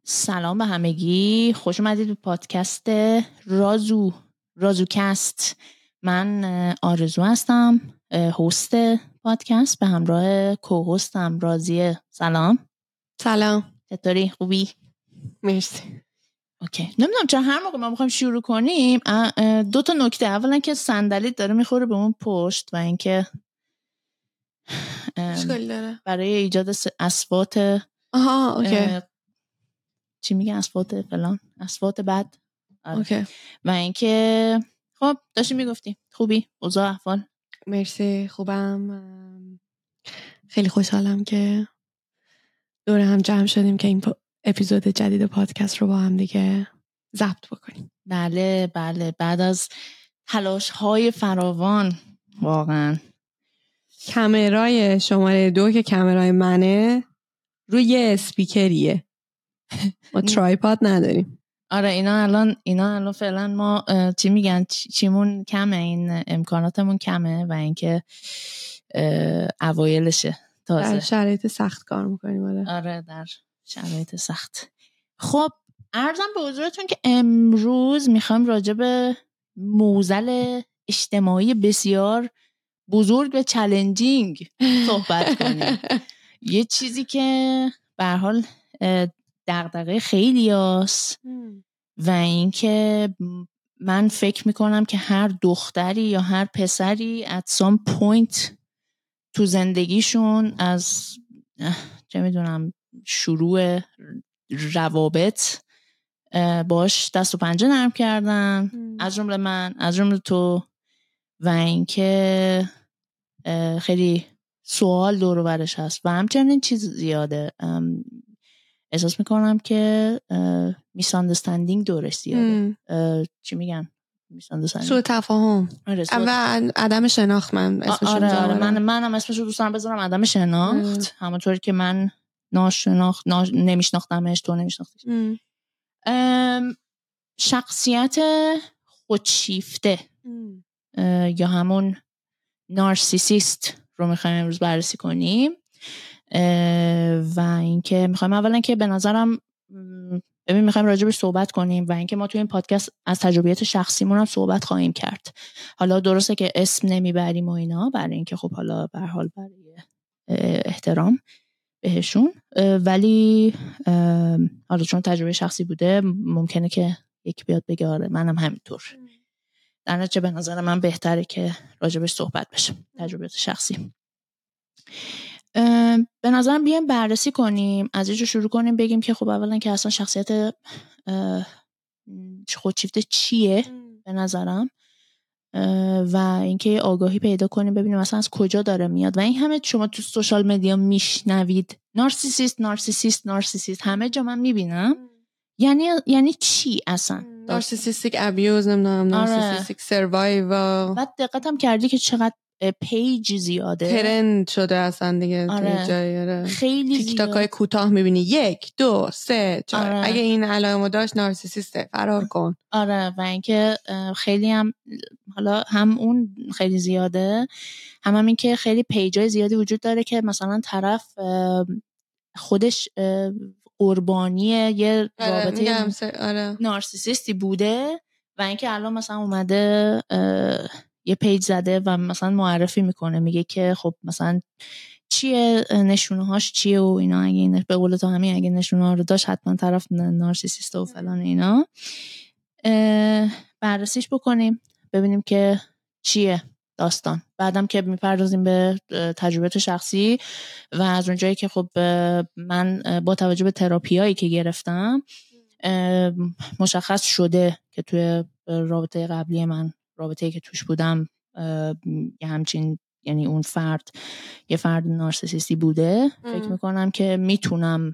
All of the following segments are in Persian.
سلام به همگی، خوش اومدید به پادکست رازوکست. من آرزو هستم، هست پادکست به همراه کوهستم رازیه. سلام، چطوری؟ خوبی؟ مرسی. اوکی. نمیدونم چرا هر موقع ما میخوایم شروع کنیم دو تا نکته. اولا که صندلیت داره میخوره به اون پشت و اینکه اشکالی داره برای ایجاد اصوات اوکی. چی میگه؟ اصوات فلان، اصوات بد. اوکی. و اینکه خب داشتی میگفتی خوبی؟ اوضاع احوال؟ مرسی، خوبم. خیلی خوشحالم که دور هم جمع شدیم که این اپیزود جدید پادکست رو با هم دیگه ضبط بکنیم. بله بعد از تلاش های فراوان واقعا. کامرای شماره 2 که کامرای منه روی یه اسپیکریه. ما ترایپاد نداریم. آره اینا الان فعلا ما چی میگن، چیمون کمه، این امکاناتمون کمه و اینکه اوایلشه تازه در شرایط سخت کار میکنیم. آره در شرایط سخت. خب عرضم به حضورتون که امروز میخوایم راجع به معضل اجتماعی بسیار بزرگ و چالنجینگ صحبت کنیم. یه چیزی که به هر حال دغدغه خیلیاست و اینکه من فکر میکنم که هر دختری یا هر پسری at some point تو زندگیشون از چه میدونم شروع روابط باش دست و پنجه نرم کردن، از جمله من، از جمله تو، و اینکه خیلی سوال دور و برش هست و همچنین چیز زیاده. احساس میکنم که میساندرستندینگ دورش زیاده. چی میگن؟ سوء تفاهم و عدم شناخت. من اسمشو آره منم اسمشو دوست دارم بذارم، عدم شناخت. همونطوری که من نمیشناختمش، تو نمیشناختیش. شخصیت خودشیفته یا همون نارسیسیست رو میخوایم امروز بررسی کنیم و اینکه میخوایم اولا که به نظرم میخوایم راجبش صحبت کنیم و اینکه ما توی این پادکست از تجربیات شخصیمون هم صحبت خواهیم کرد. حالا درسته که اسم نمیبریم و اینا برای اینکه خب حالا به هر حال برای احترام بهشون، ولی حالا چون تجربه شخصی بوده ممکنه که یکی بیاد بگه آره منم همینطور. در نتیجه به نظر من بهتره که راجبش صحبت بشه، تجربیات شخصی. به نظرم بیایم بررسی کنیم، از اینجا شروع کنیم، بگیم که خب اولا که اصلا شخصیت خودشیفته چیه به نظرم و اینکه آگاهی پیدا کنیم ببینیم اصلا از کجا داره میاد. و این همه شما تو سوشال مدیا میشنوید نارسیسیست همه جا من میبینم. یعنی چی اصلا؟ نارسیسیستیک ابیوز، نمیدونم، نارسیسیستیک سروایوال. بعد دقتم کردی که چقدر پیج زیاده، ترند شده اصلا دیگه. آره. خیلی تیک تاک های کوتاه میبینی 1 2 3 4. آره. اگه این علائمو داشت نارسیسیسته، فرار کن. آره و اینکه خیلی هم حالا هم اون خیلی زیاده، هم این که خیلی پیجای زیادی وجود داره که مثلا طرف خودش قربانی یه رابطه نارسیسیستی بوده و اینکه الان مثلا اومده یه پیج زده و مثلا معرفی میکنه، میگه که خب مثلا چیه نشونه هاش چیه و اینا. اگه به قول تو همین اگه نشونه ها رو داشت حتما طرف نارسیسیست و فلان اینا. بررسیش بکنیم ببینیم که چیه داستان. بعدم که میپردازیم به تجربه شخصی و از اونجایی که خب من با توجه به تراپیایی که گرفتم مشخص شده که توی رابطه قبلی من، رابطه‌ای که توش بودم، یه همچین، یعنی اون فرد یه فرد نارسیسیستی بوده. فکر میکنم که میتونم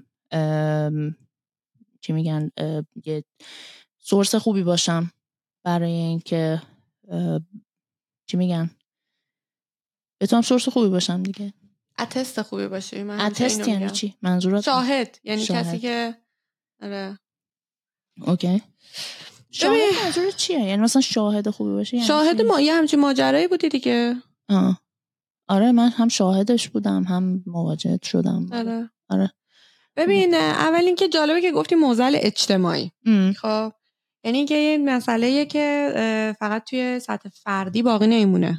چی میگن یه سورس خوبی باشم برای اینکه چی میگن بتونم سورس خوبی باشم دیگه. اتست خوبی باشی. من اتست یعنی چی؟ منظورت شاهد، یعنی کسی که آره اوکی. شاهد منظورت چیه؟ یعنی مثلا شاهد خوبی باشی یعنی شاهد ما یه همچین ماجرایی بودی دیگه. آره من هم شاهدش بودم هم مواجه شدم. آره. ببین اول اینکه جالبه که گفتی معضل اجتماعی. خب یعنی اینکه یه مسئله‌ایه که فقط توی سطح فردی باقی نمیمونه.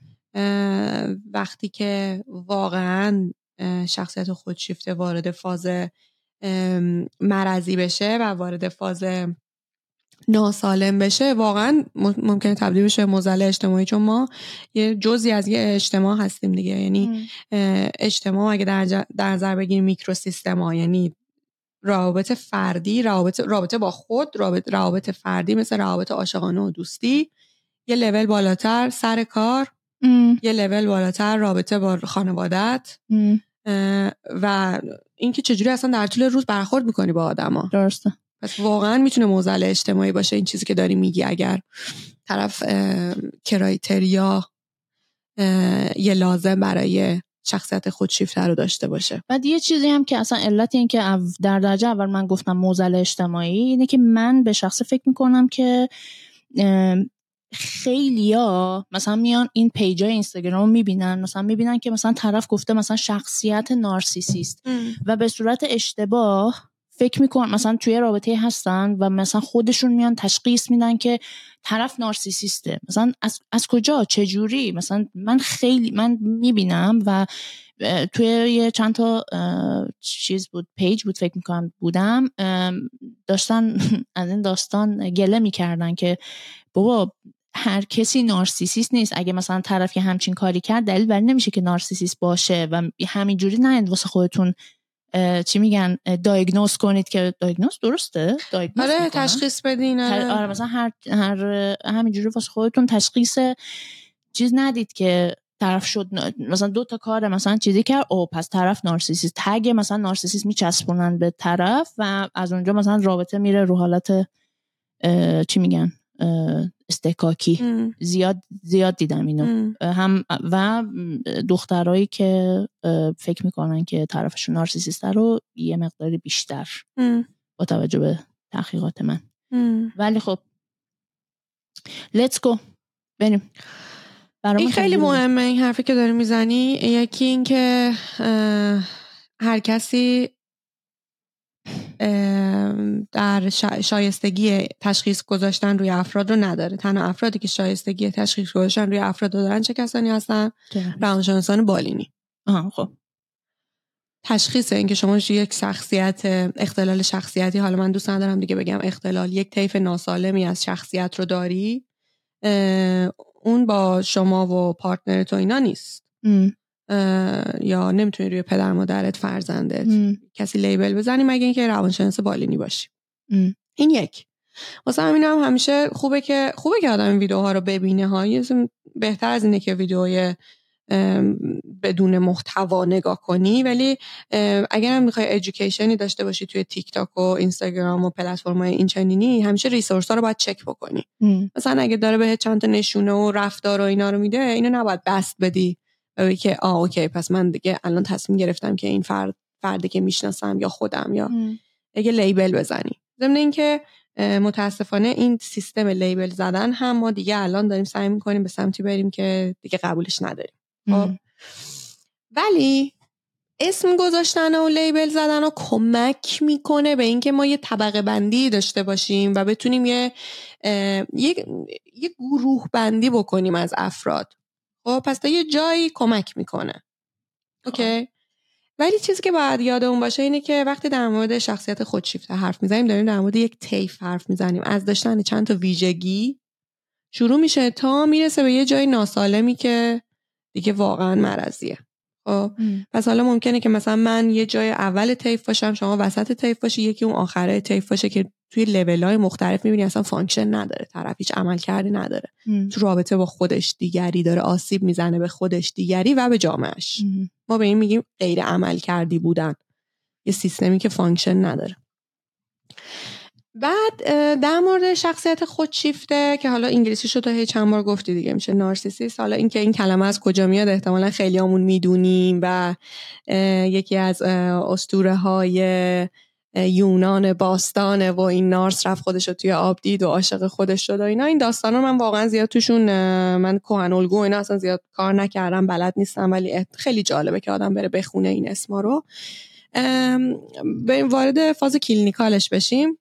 وقتی که واقعا شخصیت خودشیفته وارد فاز مرضی بشه و وارد فاز ناسالم بشه، واقعا ممکنه تبدیل بشه معضل اجتماعی، چون ما یه جزئی از یه اجتماع هستیم دیگه. یعنی اجتماع اگه در نظر بگیریم میکروسیستما، یعنی روابط فردی، رابطه با خود، روابط فردی مثل روابط عاشقانه و دوستی، یه لول بالاتر سر کار، یه لول بالاتر رابطه با خانوادت و اینکه چجوری اصلا در طول روز برخورد میکنی با آدما. درسته. پس واقعا میتونه معضل اجتماعی باشه این چیزی که داری میگی، اگر طرف کرایتریا یه لازم برای شخصیت خودشیفته رو داشته باشه. بعد یه چیزی هم که اصلا علت این که در درجه اول من گفتم معضل اجتماعی اینه که من به شخص فکر میکنم که خیلیا مثلا میان این پیجای اینستاگرام رو میبینن، مثلا میبینن که مثلا طرف گفته مثلا شخصیت نارسیسیست و به صورت اشتباه فکر میکنن مثلا توی رابطه هستن و مثلا خودشون میان تشخیص میدن که طرف نارسیسیسته. مثلا از کجا، چجوری؟ مثلا من میبینم و توی یه چند تا چیز بود، پیج بود فکر میکنم بودم، داشتن از این داستان گله میکردن که بابا هر کسی نارسیسیست نیست. اگه مثلا طرف که همچین کاری کرد دلیل بر نمیشه که نارسیسیست باشه و همینجوری نه واسه خودتون چی میگن دایگنوز کنید که دایگنوز درسته؟ آره تشخیص بدین. آره مثلا همینجوری واسه خودتون تشخیص چیز ندید که طرف شد مثلا 2 تا کار مثلا چیزی کرد او پس طرف نارسیسیست، تگ مثلا نارسیسیست میچسبونن به طرف و از اونجا مثلا رابطه میره رو حالت چی میگن استحکاکی. زیاد دیدم اینو. هم و دخترایی که فکر میکنن که طرفشون نارسیسیست رو یه مقداری بیشتر با توجه به تحقیقات من. ولی خب let's go بریم. این خیلی مهمه این حرفی که داری میزنی. یکی این که هر کسی در شایستگی تشخیص گذاشتن روی افراد رو نداره. تنها افرادی که شایستگی تشخیص گذاشتن روی افراد دارن چه کسانی هستن؟ روانشناسان بالینی. خب تشخیص این که شما یک شخصیت اختلال شخصیتی، حالا من دوست ندارم دیگه بگم اختلال، یک طیف ناسالمی از شخصیت رو داری، اون با شما و پارتنرت و اینا نیست. یا نمیتونی روی پدر مادرت، فرزندت کسی لیبل بزنی مگه اینکه روانشناس بالینی باشی. این یک. واسه همینم همیشه خوبه که آدم این ویدیوها رو ببینه ها. بهتر از اینه که ویدیوهای بدون محتوا نگاه کنی، ولی اگر هم میخوای ادویکیشنی داشته باشی توی تیک تاک و اینستاگرام و پلتفرم‌های این چنینی، همیشه ریسورس‌ها رو باید چک بکنی. مثلا اگه داره بهت چند تا نشونه و رفتار و اینا رو میده، اینو نباید بست بدی بگی که اوکی پس من دیگه الان تصمیم گرفتم که این فردی که میشناسم یا خودم یا اگه لیبل بزنی. ضمن اینکه متاسفانه این سیستم لیبل زدن هم ما دیگه الان داریم سعی می‌کنیم به سمتی بریم که دیگه قبولش نداریم. ولی اسم گذاشتن و لیبل زدن رو کمک میکنه به اینکه ما یه طبقه بندی داشته باشیم و بتونیم یه گروه بندی بکنیم از افراد. خب پس تا یه جایی کمک میکنه. اوکی. ولی چیزی که باید یادمون باشه اینه که وقتی در مورد شخصیت خودشیفته حرف میزنیم، داریم در مورد یک طیف حرف میزنیم. از داشتن چند تا ویژگی شروع میشه تا میرسه به یه جای ناسالمی که دیگه واقعا مرضیه. خب پس حالا ممکنه که مثلا من یه جای اول طیف باشم، شما وسط طیف باشی، یکی اون آخره طیف باشه که توی لول‌های مختلف می‌بینی اصلا فانکشن نداره، طرف هیچ عملکردی نداره. تو رابطه با خودش دیگری داره آسیب میزنه به خودش دیگری و به جامعهش. ما به این میگیم غیر عملکردی بودن، یه سیستمی که فانکشن نداره. بعد در مورد شخصیت خودشیفته که حالا انگلیسی شو تا چند بار گفتی دیگه، میشه نارسیسیست. حالا این که این کلمه از کجا میاد احتمالاً خیلیامون میدونیم و یکی از اسطوره‌های یونان باستانه و این نارس رفت خودش رو توی آب دید و عاشق خودش شد و اینا. این داستانا من واقعا زیاد توشون من کهن الگو اینا اصلا زیاد کار نکردم، بلد نیستم، ولی خیلی جالبه که آدم بره بخونه این اسما رو. بریم وارد فاز کلینیکالش بشیم.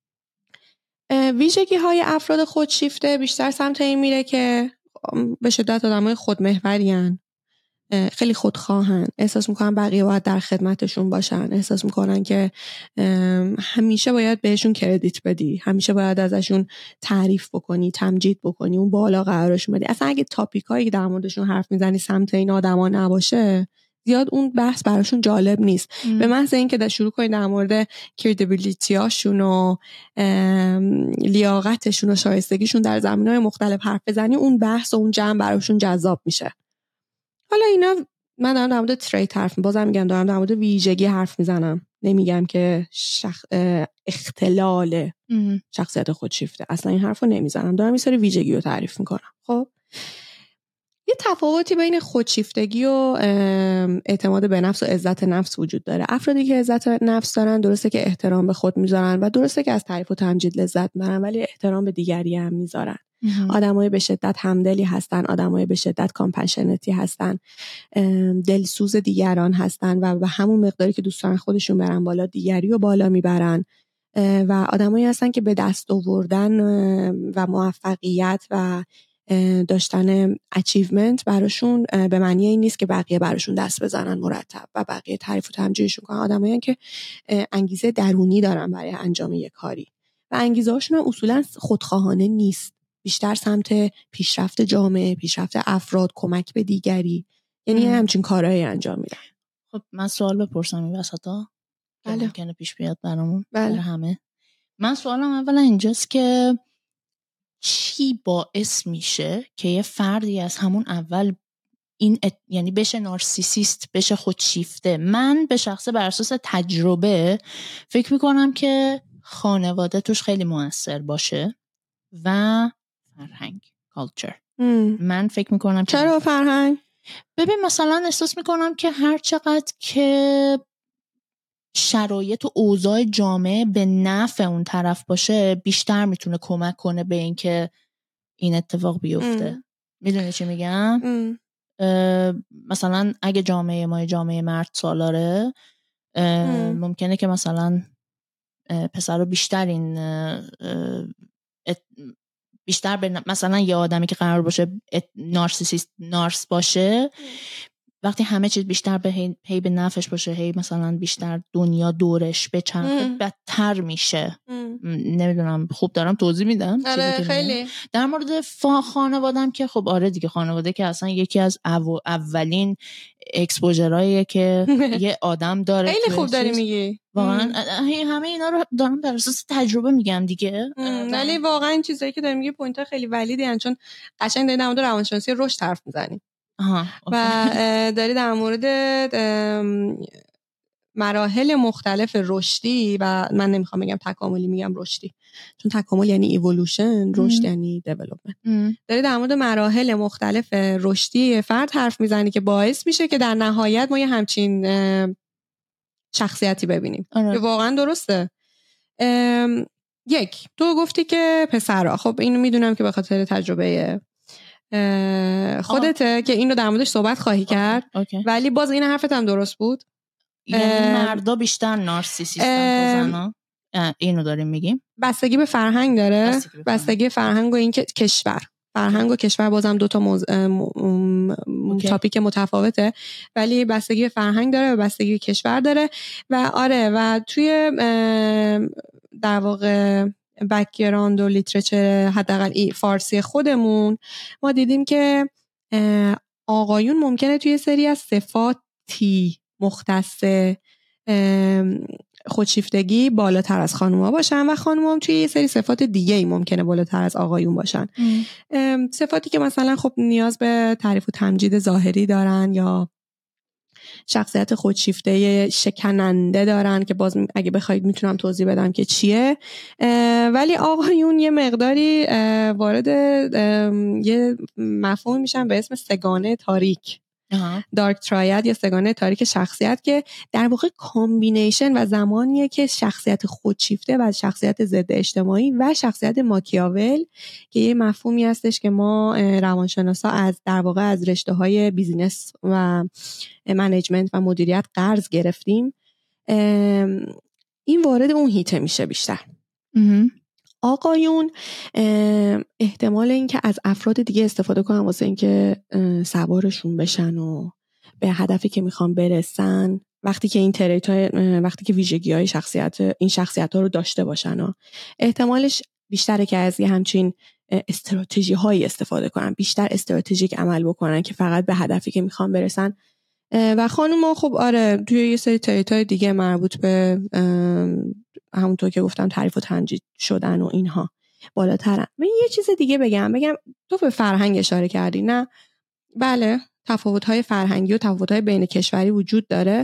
ویژگی های افراد خودشیفته بیشتر سمت این میره که به شدت آدمای خودمحورین، خیلی خودخواهن، احساس میکنن بقیه باید در خدمتشون باشن، احساس میکنن که همیشه باید بهشون کردیت بدی، همیشه باید ازشون تعریف بکنی، تمجید بکنی، اون بالا قرارشون بدی. اصلا اگه تاپیکایی که در موردشون حرف میزنی سمت این آدما نباشه، زیاد اون بحث براشون جالب نیست. به محض اینکه در شروع کنی در مورد کردیبیلیتی هاشون و لیاقتشون و شایستگیشون در زمینه‌های مختلف حرف بزنی، اون بحث و اون جمع براشون جذاب میشه. حالا اینا من دارم در مورد تریت حرف بازم میگم دارم در مورد ویژگی حرف میزنم، نمیگم که اختلال شخصیت خودشیفته، اصلا این حرفو نمیزنم، دارم یه سری ویژگی رو تعریف میکنم. خب یه تفاوتی بین خودشیفتگی و اعتماد به نفس و عزت نفس وجود داره. افرادی که عزت نفس دارن درسته که احترام به خود میذارن و درسته که از تعریف و تمجید لذت میبرن، ولی احترام به دیگری هم میذارن. آدمای به شدت همدلی هستن، آدمای به شدت کامپشنتی هستن، دلسوز دیگران هستن و به همون مقداری که دوستان خودشون برن بالا دیگری رو بالا میبرن و آدمایی هستن که به دست آوردن و موفقیت و داشتن اچیومنت براشون به معنی این نیست که بقیه براشون دست بزنن مرتب و بقیه تعریف و تمجیدشون کنن. آدمایی که انگیزه درونی دارن برای انجام یک کاری و انگیزه هاشون هم اصولا خودخواهانه نیست، بیشتر سمت پیشرفت جامعه، پیشرفت افراد، کمک به دیگری، یعنی همچین کارهایی انجام میدن. خب من سوال بپرسم این وسطا که ممکنه پیش بیاد برامون برای همه. من سوالم اولا اینجاست که چی باعث میشه که یه فردی از همون اول یعنی بشه نارسیسیست، بشه خودشیفته؟ من به شخصه بر اساس تجربه فکر میکنم که خانواده توش خیلی مؤثر باشه و فرهنگ، کالچر. من فکر میکنم چرا فرهنگ؟ ببین مثلا احساس میکنم که هر چقدر که شرایط و اوضاع جامعه به نفع اون طرف باشه بیشتر میتونه کمک کنه به این که این اتفاق بیفته. میدونی چی میگم؟ مثلا اگه جامعه ما جامعه مرد سالاره، ممکنه که مثلا پسر بیشتر این بیشتر مثلا یه آدمی که قرار باشه نارس باشه، وقتی همه چیز بیشتر به هی به نفعش باشه، هی مثلا بیشتر دنیا دورش بچرخه، بدتر میشه. نمیدونم خوب دارم توضیح میدم؟ آره خیلی. در مورد خانوادم که خب آره دیگه، خانواده که اصلا یکی از اولین اکسپوژراییه که یه آدم داره. خیلی خوب داری میگی واقعا. همه اینا رو دارم بر اساس تجربه میگم دیگه. ولی واقعا این چیزایی که داری میگی پوینت‌ها خیلی ولیدی ان، چون قشنگ داری در مورد روانشناسی رشد حرف میزنی و داری در مورد مراحل مختلف رشدی و من نمیخوام بگم تکاملی، میگم رشدی، چون تکامل یعنی ایولوشن، رشد یعنی دیولپمنت. داری در مورد مراحل مختلف رشدی فرد حرف میزنی که باعث میشه که در نهایت ما یه همچین شخصیتی ببینیم. که واقعا درسته. یک تو گفتی که پسرها، خب اینو میدونم که به خاطر تجربه خودته که اینو در موردش صحبت خواهی کرد. ولی باز این حرفت هم درست بود، یعنی مردا بیشتر نارسیسیستن تا زنا. اینو داریم میگیم. بستگی به فرهنگ داره، بستگی فرهنگ و این که کشور، فرهنگ و کشور بازم دوتا تاپیک متفاوته، ولی بستگی به فرهنگ داره و بستگی به کشور داره. و آره و توی در واقع بک‌گراند و لیترچر حداقل فارسی خودمون ما دیدیم که آقایون ممکنه توی سری از صفاتی مختص خودشیفتگی بالاتر از خانوما باشن و خانوما هم توی یه سری صفات دیگه‌ای ممکنه بالاتر از آقایون باشن. صفاتی که مثلا خب نیاز به تعریف و تمجید ظاهری دارن یا شخصیت خودشیفته شکننده دارن که باز اگه بخواید میتونم توضیح بدم که چیه. ولی آقایون یه مقداری وارد یه مفهوم میشن به اسم سگانه تاریک، دارک تراید یا سگانه تاریک شخصیت، که در واقع کامبینیشن و زمانیه که شخصیت خودشیفته و شخصیت ضد اجتماعی و شخصیت ماکیاول که یه مفهومی هستش که ما روانشناسا از در واقع از رشته‌های بیزینس و منیجمنت و مدیریت قرض گرفتیم، این وارد اون هیته میشه بیشتر. آقایون احتمال این که از افراد دیگه استفاده کنن واسه این که سوارشون بشن و به هدفی که میخوان برسن، وقتی که این وقتی که ویژگی‌های این شخصیت‌ها رو داشته باشن و احتمالش بیشتره که از یه همچین استراتژی‌هایی استفاده کنن، بیشتر استراتژیک عمل بکنن که فقط به هدفی که میخوان برسن. و خانوما خب آره توی یه سری تریت‌های دیگه مربوط به همونطور که گفتم تعریف و تمجید شدن و اینها بالاترن. من یه چیز دیگه بگم تو به فرهنگ اشاره کردی. نه بله تفاوت‌های فرهنگی و تفاوت‌های بین کشوری وجود داره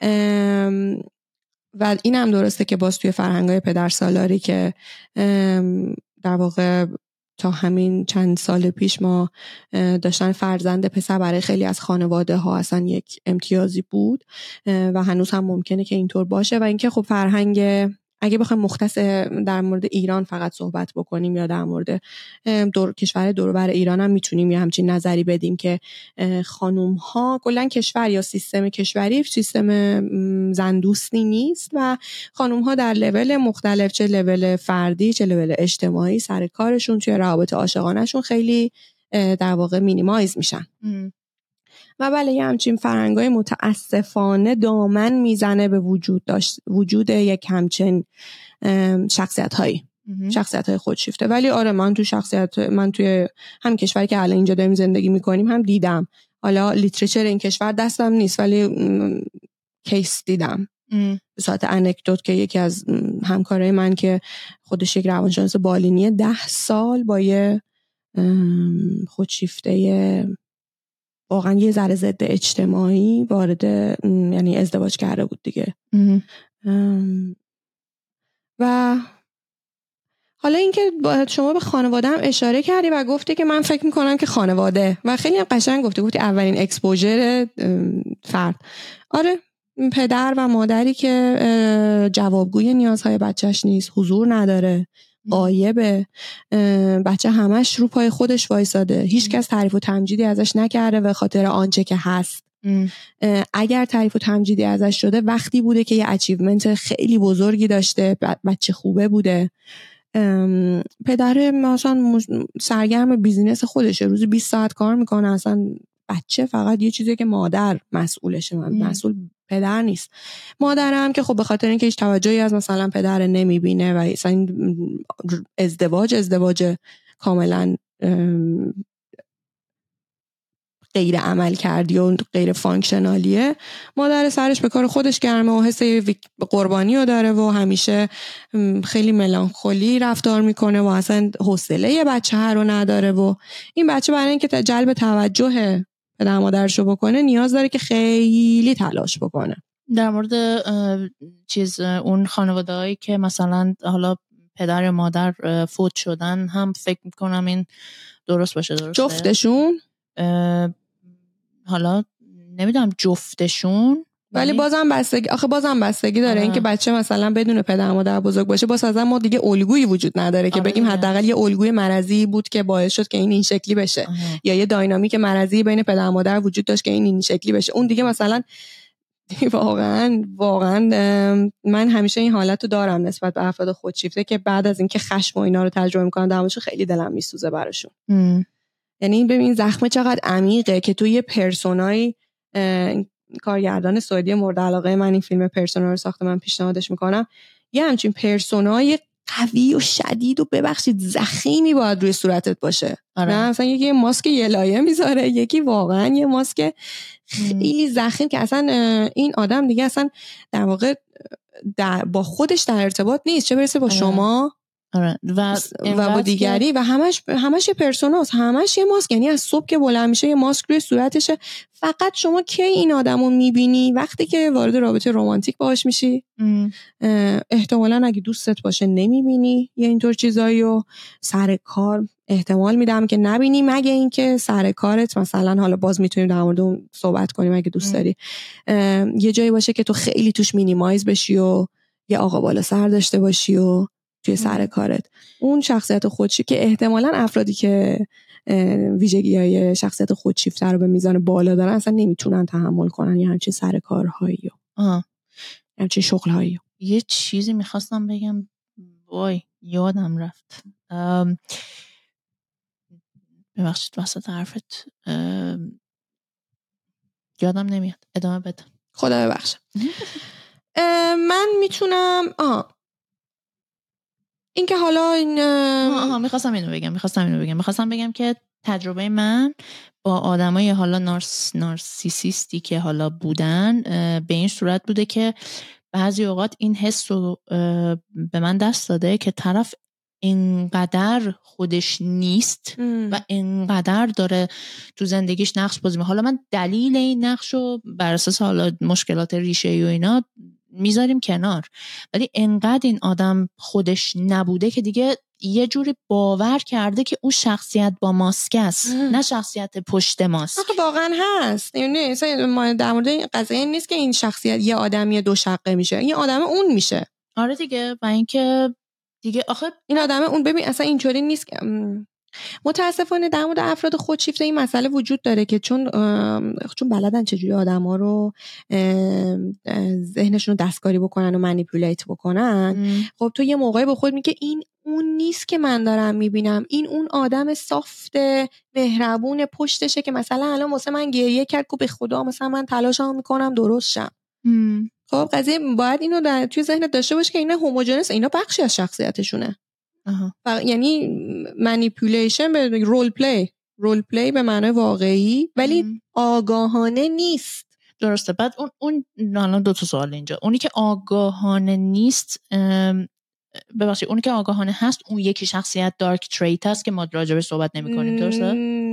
و این هم درسته که باز توی فرهنگ‌های پدرسالاری که در واقع تا همین چند سال پیش ما داشتن فرزند پسر برای خیلی از خانواده ها اصلا یک امتیازی بود و هنوز هم ممکنه که اینطور باشه. و اینکه خب فرهنگ اگه بخوایم مختص در مورد ایران فقط صحبت بکنیم یا در مورد کشور دور و بر ایران هم میتونیم یه همچین نظری بدیم که خانوم ها کلا کشور یا سیستم کشوری سیستم زندوستی نیست و خانوم ها در لول مختلف، چه لول فردی چه لول اجتماعی، سر کارشون توی روابط عاشقانه‌شون خیلی در واقع مینیمایز میشن. و بله یه همچین فرهنگای متاسفانه دامن میزنه به وجود یک همچین شخصیت‌های خودشیفته. ولی آره من توی هم کشوری که الان اینجا داریم زندگی میکنیم هم دیدم. حالا لیتریچر این کشور دستم نیست ولی کیس دیدم به صورت انکدوت که یکی از همکارای من که خودش یک روانشناس بالینی 10 سال با یه خودشیفته واقعا یه ذره ضد اجتماعی وارد یعنی ازدواج کرده بود دیگه. و حالا اینکه شما به خانواده هم اشاره کردی و گفتی که من فکر میکنم که خانواده و خیلی هم قشنگ گفتی اولین اکسپوژر فرد. آره پدر و مادری که جوابگوی نیازهای بچهش نیست، حضور نداره، غایبه، بچه همش رو پای خودش وایساده، هیچ کس تعریف و تمجیدی ازش نکرده به خاطر آنچه که هست. اگر تعریف و تمجیدی ازش شده وقتی بوده که یه اچیومنت خیلی بزرگی داشته، بچه خوبه بوده. پدر مثلا سرگرم بیزینس خودشه، روزی 20 ساعت کار میکنه، اصلا بچه فقط یه چیزیه که مادر مسئولشه، مسئول پدر نیست. مادرم که خب به خاطر اینکه هیچ توجهی از مثلا پدر نمیبینه و اصلا این ازدواج کاملا غیر عمل کردی و غیر فانکشنالیه، مادر سرش به کار خودش گرمه و حس قربانی رو داره و همیشه خیلی ملانخولی رفتار میکنه و اصلا حوصله بچه رو نداره و این بچه برای اینکه جلب توجه پدر مادرشو بکنه نیاز داره که خیلی تلاش بکنه. در مورد اون خانواده‌هایی که مثلا حالا پدر مادر فوت شدن هم فکر میکنم این درست باشه. درسته؟ جفتشون حالا نمیدونم جفتشون ولی بازم بستگی داره. اینکه بچه مثلا بدون پدر مادر بزرگ باشه باز از ما دیگه الگویی وجود نداره که بگیم حداقل یه الگوی مرضی بود که باعث شد که این شکلی بشه یا یه داینامیک مرضی بین پدر مادر وجود داشت که این شکلی بشه. اون دیگه مثلا واقعا من همیشه این حالتو دارم نسبت به افراد خودشیفته که بعد از اینکه خشم و اینا رو تجربه میکنن درموش خیلی دلم میسوزه براشون. یعنی ببین زخم چقدر عمیقه که تو یه پرسونای کارگردان سعودی مورد علاقه من این فیلم پرسونا رو ساخته، من پیشنهادش میکنم. یه همچین پرسونای قوی و شدید و ببخشید زخیمی باید روی صورتت باشه. نه مثلا یکی ماسک یه لایه میذاره، یکی واقعا یه ماسک خیلی زخیم که اصلا این آدم دیگه اصلا در واقع با خودش در ارتباط نیست، چه برسه با شما و با دیگری و همش پرسوناست، همش یه ماسک. یعنی از صبح که بلند میشه یه ماسک روی صورتشه. فقط شما کی این آدمو میبینی؟ وقتی که وارد رابطه رمانتیک باهاش میشی. احتمالاً اگه دوستت باشه نمیبینی یه اینطور چیزاییو. سر کار احتمال میدم که نبینی مگه اینکه سر کارت مثلا، حالا باز میتونیم در مورد اون صحبت کنیم اگه دوست داری، یه جایی باشه که تو خیلی توش مینیمایز بشی و یه آقا بالا سر داشته باشی و توی سر کارت اون شخصیت خودشی که احتمالاً افرادی که ویژگی‌های شخصیت خودشیفته رو به میزان بالا دارن اصلا نمیتونن تحمل کنن یه همچین سر کارهایی. همچین شغل‌هایی. یه چیزی میخواستم بگم وای یادم رفت. ببخشید وسط حرفت یادم نمیاد. ادامه بده. خدا ببخشه. من میتونم این که حالا این میخواستم بگم که تجربه من با آدمای حالا نارسیسیستی که حالا بودن به این صورت بوده که بعضی اوقات این حس رو به من دست داده که طرف اینقدر خودش نیست و اینقدر داره تو زندگیش نقش بازی می‌کنه. حالا من دلیل این نقش رو بر اساس حالا مشکلات ریشه‌ای و اینا میذاریم کنار، ولی انقدر این آدم خودش نبوده که دیگه یه جوری باور کرده که اون شخصیت با ماسک است نه شخصیت پشت ماسک. واقعا هست. یعنی ما در مورد این قضیه نیست که این شخصیت یه آدمی دو شقه میشه، این آدم اون میشه. آره دیگه. و اینکه دیگه آخه این آدم اون ببین اصلا اینطوری نیست که متاسفانه در مورد افراد خودشیفته این مسئله وجود داره که چون بلدن چجوری آدما رو ذهنشون رو دستکاری بکنن و منیپولیت بکنن. خب تو یه موقعی به خود میگه این اون نیست که من دارم میبینم، این اون آدم سافت مهربون پشتشه که مثلا الان واسه من گریه کرد که به خدا مثلا من تلاشمو میکنم درست شم. خب قضیه باید اینو توی ذهنت داشته باش که اینا هوموجنس، اینا بخشی از شخصیتشونه. یعنی منیپولیشن به رول پلی به معنای واقعی ولی آگاهانه نیست. درسته. بعد اون الان دو تا سوال اینجا. اونی که آگاهانه نیست ببخشید اونی که آگاهانه هست اون یکی شخصیت دارک تریت هست که ما راجعش صحبت نمی‌کنیم. درسته؟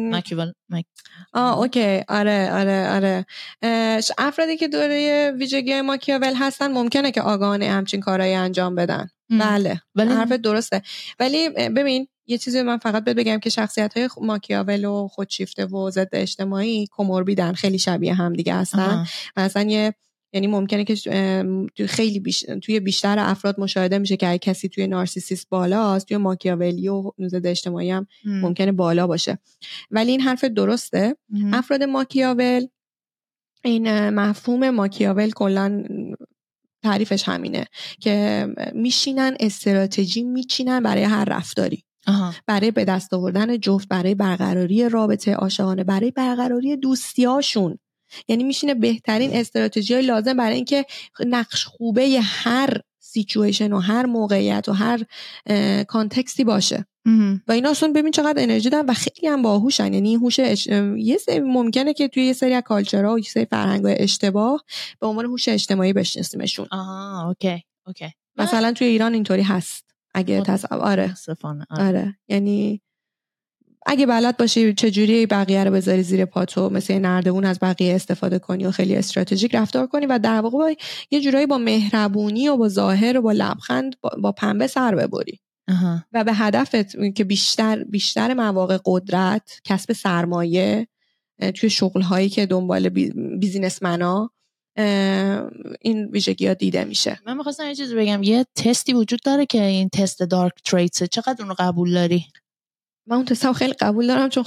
اوکی. آره. افرادی که دارای ویژگی ماکیاول هستن ممکنه که آگاهانه همچین کارایی انجام بدن. بله. حرف درسته. ولی ببین یه چیزی من فقط بهت بگم که شخصیت‌های ماکیاول و خودشیفته و ضد اجتماعی کوموربیدن، خیلی شبیه هم دیگه هستن. مثلا یعنی ممکنه که توی بیشتر افراد مشاهده میشه که اگه کسی توی نارسیسیسم بالاست، توی ماکیاولی و ضد اجتماعی هم ممکنه بالا باشه. ولی این حرف درسته. افراد ماکیاول، این مفهوم ماکیاول کلاً تعریفش همینه که میشینن استراتژی میچینن برای هر رفتاری. برای به دست آوردن جفت، برای برقراری رابطه عاشقانه، برای برقراری دوستیاشون. یعنی میشینه بهترین استراتژی لازم برای اینکه نقش خوبه هر سیچویشن و هر موقعیت و هر کانتکستی باشه. و اینا اصلا ببین چقدر انرژی دارن و خیلی هم باهوشن. یعنی این هوش یه سری ممکنه که توی یه سری از کالچرها و یه سری فرهنگ‌های اشتباه به عنوان هوش اجتماعی بشناسیمشون. اوکی. مثلا توی ایران اینطوری هست. اگه آره. یعنی اگه بلد باشی چجوری بقیه رو بذاری زیر پاتو، مثل نردبون از بقیه استفاده کنی و خیلی استراتژیک رفتار کنی و در واقع یه جورایی با مهربونی و با ظاهر و با لبخند با پنبه سر ببری و به هدفت که بیشتر مواقع قدرت، کسب سرمایه توی شغل‌هایی که دنبال بیزینسمنا این ویژگی‌ها دیده میشه. من می‌خواستم یه چیزی بگم. یه تستی وجود داره که این تست دارک تریتس، چقدر اون رو قبول داری؟ من اون تستم خیلی قبول دارم چون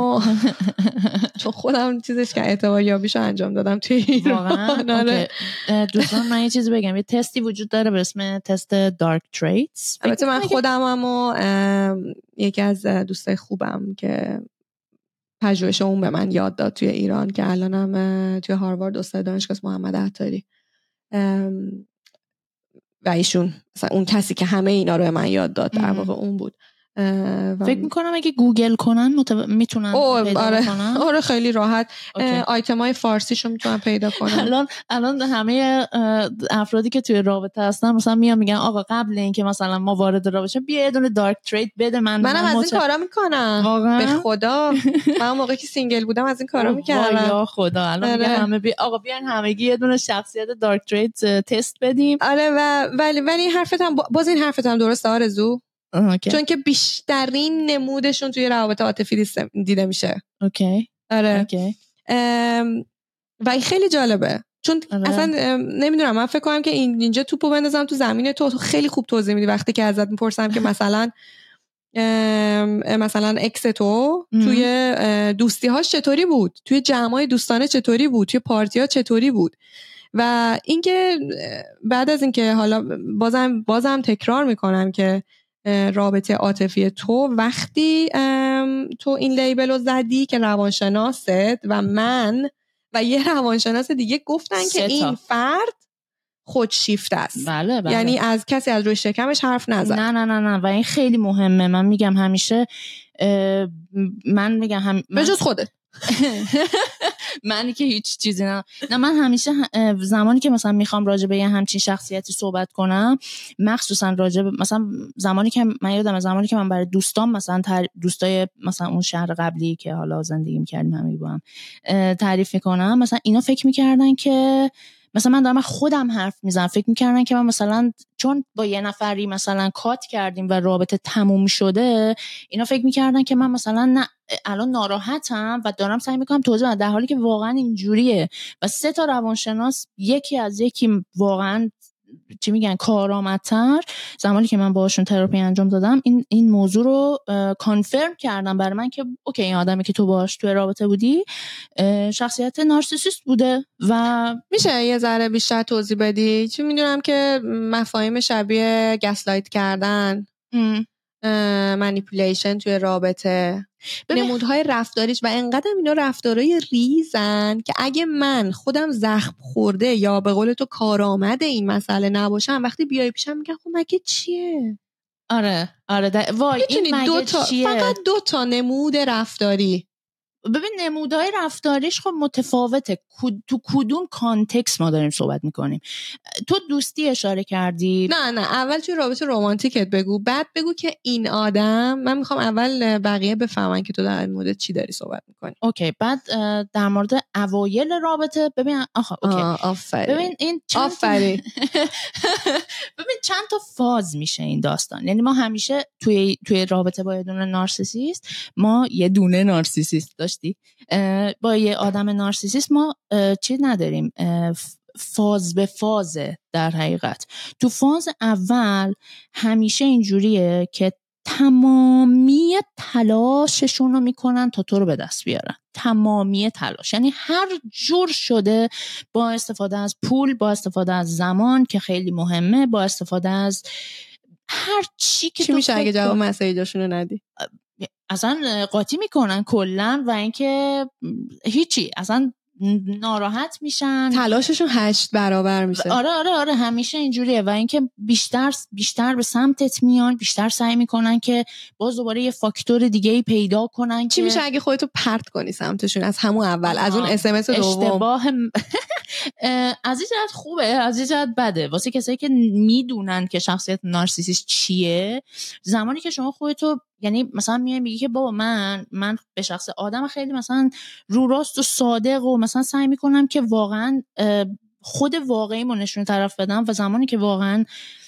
خودم چیزش که اعتبار یابیشو انجام دادم توی ایران. واقعا دوستان من یه چیزی بگم. یه تستی وجود داره به اسم تست دارک تریتس. البته من خودمم و یکی از دوستای خوبم که پژوهش اون به من یاد داد توی ایران که الانم توی هاروارد استاد دانشگاه محمد عطاری و ایشون مثلا اون کسی که همه اینا رو به من یاد داد در واقع اون بود. فکر میکنم اگه گوگل کنن میتونن پیدا کنن. آره خیلی راحت. آیتمای فارسیشو میتونن پیدا کنن. الان همه افرادی که توی رابطه هستن مثلا میگن آقا قبل اینکه مثلا ما وارد رابطه بیا یه دونه دارک تریت بده. منم از این کارا میکنم. به خدا من موقعی که سینگل بودم از این کارا میکردم. یا خدا الان میگن همه آقا بیان همگی یه دونه شخصیت دارک تریت تست بدیم. آره ولی باز این حرفت هم درسته آرزو. چون که بیشترین نمودشون توی روابط عاطفی دیده میشه. آره. و این خیلی جالبه چون اصلا نمیدونم، من فکر کنم که اینجا توپو بندازم تو زمین تو خیلی خوب توضیح میدی وقتی که ازت میپرسم که مثلا اکس تو توی دوستی هاش چطوری بود، توی جمعای دوستانه چطوری بود، توی پارتی ها چطوری بود. و اینکه بعد از اینکه حالا بازم تکرار میکنم که رابطه عاطفی تو وقتی تو این لیبل رو زدی که روانشناست و من و یه روانشناس دیگه گفتن که این فرد خودشیفت است. بله. یعنی از کسی از روی شکمش حرف نزد. نه و این خیلی مهمه. من میگم همیشه به جز خودت منی که هیچ چیزی نه من همیشه زمانی که مثلا میخوام راجع به یه همچین شخصیتی صحبت کنم، مخصوصا راجع به مثلا زمانی که من برای دوستام مثلا دوستای مثلا اون شهر قبلی که حالا زندگی میکردیم همه با هم تعریف میکنم، مثلا اینا فکر میکردن که مثلا من دارم خودم حرف میزنم، فکر میکردن که من مثلا چون با یه نفری مثلا کات کردیم و رابطه تموم شده، اینا فکر میکردن که من مثلا نه الان ناراحتم و دارم سعی میکنم توضیح بدم، در حالی که واقعا اینجوریه. و 3 روانشناس یکی از یکی واقعا چی میگن کارآمدتر، زمانی که من باهاشون تراپی انجام دادم این موضوع رو کانفرم کردم برای من که اوکی این آدمی که تو باهاش توی رابطه بودی شخصیت نارسیسیست بوده. و میشه یه ذره بیشتر توضیح بدی؟ چون میدونم که مفاهیم شبیه گسلایت کردن، مانیپولیشن توی رابطه، نمودهای رفتاریش و انقدر اینا رفتارهای ریزن که اگه من خودم زخم خورده یا به قول تو کارآمد این مسئله نباشم، وقتی بیای پیشم میگن خب مگه چیه؟ آره وای این مگه چیه؟ فقط 2 نمود رفتاری. ببین نمودهای رفتاریش خب متفاوته، تو کدوم کانتکست ما داریم صحبت میکنیم. تو دوستی اشاره کردی. نه اول توی رابطه رمانتیکت بگو، بعد بگو که این آدم، من میخوام اول بقیه بفهمن که تو در مورد چی داری صحبت میکنی. اوکی، بعد در مورد اوایل رابطه ببین ببین این ببین چند تا فاز میشه این داستان. یعنی ما همیشه توی رابطه با یه دونه نارسیسیست، ما یه دونه نارسیسیست داشتی، با یه آدم نارسیسیست ما چی نداریم، فاز به فازه. در حقیقت تو فاز اول همیشه اینجوریه که تمامی تلاششون رو میکنن تا تو رو به دست بیارن، تمامی تلاش، یعنی هر جور شده، با استفاده از پول، با استفاده از زمان که خیلی مهمه، با استفاده از هر چی که چی میشه اگه جواب مسیجاشون رو ندی؟ اصلا قاطی میکنن کلن و اینکه هیچی، اصلا ناراحت میشن، تلاششون 8 برابر میشه. آره همیشه اینجوریه. و اینکه بیشتر به سمتت میان، بیشتر سعی میکنن که باز دوباره یه فاکتور دیگه ای پیدا کنن. چی میشه اگه خودتو پرت کنی سمتشون از همون اول، از اون اس دوم؟ اشتباه از این جهت خوبه، از این جهت بده واسه کسایی که میدونن که شخصیت نارسیسیست چیه. زمانی که شما خودتو، یعنی مثلا میای میگی که بابا من به شخص آدم خیلی مثلا رو راست و صادق و مثلا سعی میکنم که واقعا خود واقعیمو نشون طرف بدم، و زمانی که واقعا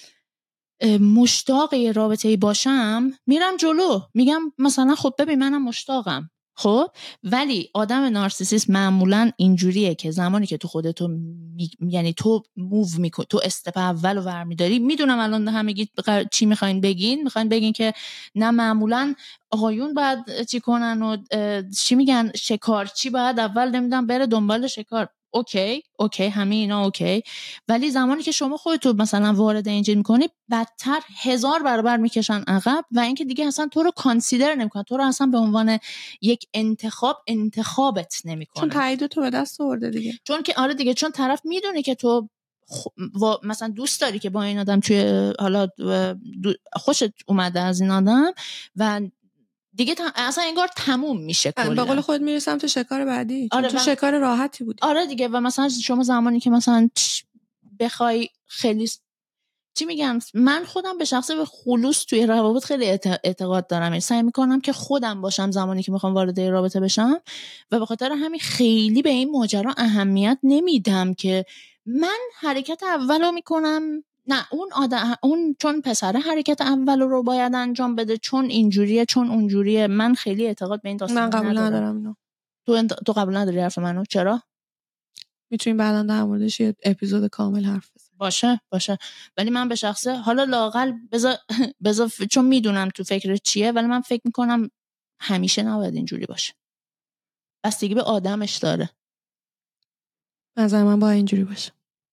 مشتاق یه رابطه‌ای باشم میرم جلو، میگم مثلا خب ببین منم مشتاقم. خب ولی آدم نارسیسیست معمولا اینجوریه که زمانی که تو خودتو یعنی تو موو میکنی، تو استپ اولو برمیداری. میدونم الان همگی چی میخواین بگین که نه معمولا آقایون باید چی کنن و چی میگن شکارچی باید اول نمیدونم بره دنبال شکار. اوکی همه اینا اوکی، ولی زمانی که شما خودتو مثلا وارد اینجا میکنی، بدتر 1000 برابر میکشن عقب و اینکه دیگه اصلا تو رو کانسیدر نمیکنن، تو رو اصلا به عنوان یک انتخابت نمیکنن، چون تایید تو به دست آورده دیگه. چون که آره دیگه، چون طرف میدونه که تو مثلا دوست داری که با این آدم توی حالا خوشت اومده از این آدم و دیگه اصلا انگار تموم میشه کلا. به قول خود میرسم تو شکار بعدی، چون آره تو شکار راحتی بودی. آره دیگه. و مثلا شما زمانی که مثلا بخوای خیلی چی میگم، من خودم به شخصه به خلوص توی روابط خیلی اعتقاد دارم، سعی میکنم که خودم باشم زمانی که میخوام وارد رابطه بشم و به خاطر همین خیلی به این ماجرا اهمیت نمیدم که من حرکت اولو میکنم، نه اون چون پسره حرکت اولو رو باید انجام بده، چون اینجوریه چون اونجوریه. من خیلی اعتقاد به این داستان من قبول ندارم اینو. تو قبول نداری حرف منو؟ چرا؟ میتونیم بعدا در موردش یه اپیزود کامل حرف بزنیم. باشه ولی من به شخصه حالا لااقل بذار چون میدونم تو فکر چیه، ولی من فکر میکنم همیشه نباید اینجوری باشه، بستگی به آدمش داره. نظر من باید اینجوری باشه.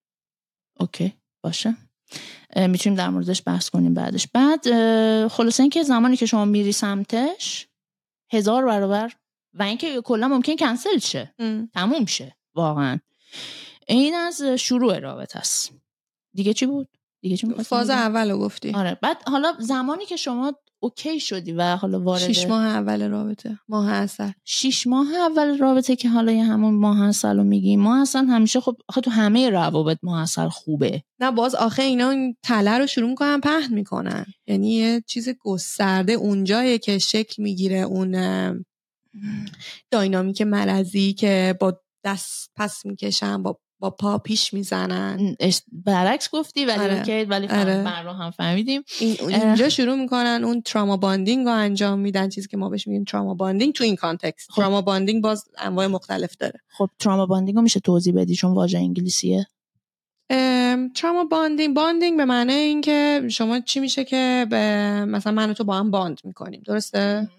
اوکی باشه، میتونیم در موردش بحث کنیم بعدش. بعد خلاصه این که زمانی که شما میری سمتش 1000 برابر و اینکه کلا ممکن کنسل شه، تموم شه واقعا. این از شروع رابطه است. دیگه چی بود؟ دیگه چی فاز اولو گفتی. آره. بعد حالا زمانی که شما اوکی شدی و حالا وارد 6 ماه اول رابطه، ماه عسل، 6 ماه اول رابطه که حالا یه همون ماه عسل رو میگیم. ماه عسل همیشه خب آخه تو همه روابط ماه عسل خوبه. نه باز آخه اینا تله رو شروع میکنن پهن میکنن، یعنی یه چیز گسترده اونجایه که شکل میگیره اون داینامیک مرضی که با دست پس میکشن، با پا پیش میزنن. برعکس گفتی ولی آره. اوکی، ولی برا هم فهمیدیم. اینجا شروع میکنن اون تراما باندینگ رو انجام میدن، چیزی که ما بهش میگیم تراما باندینگ تو این کانتکست. تراما باندینگ باز انواع مختلف داره. خب تراما باندینگ رو میشه توضیح بدی چون واژه انگلیسیه؟ تراما باندینگ به معنی این که شما چی میشه که مثلا من و تو با هم باند میکنیم، درسته؟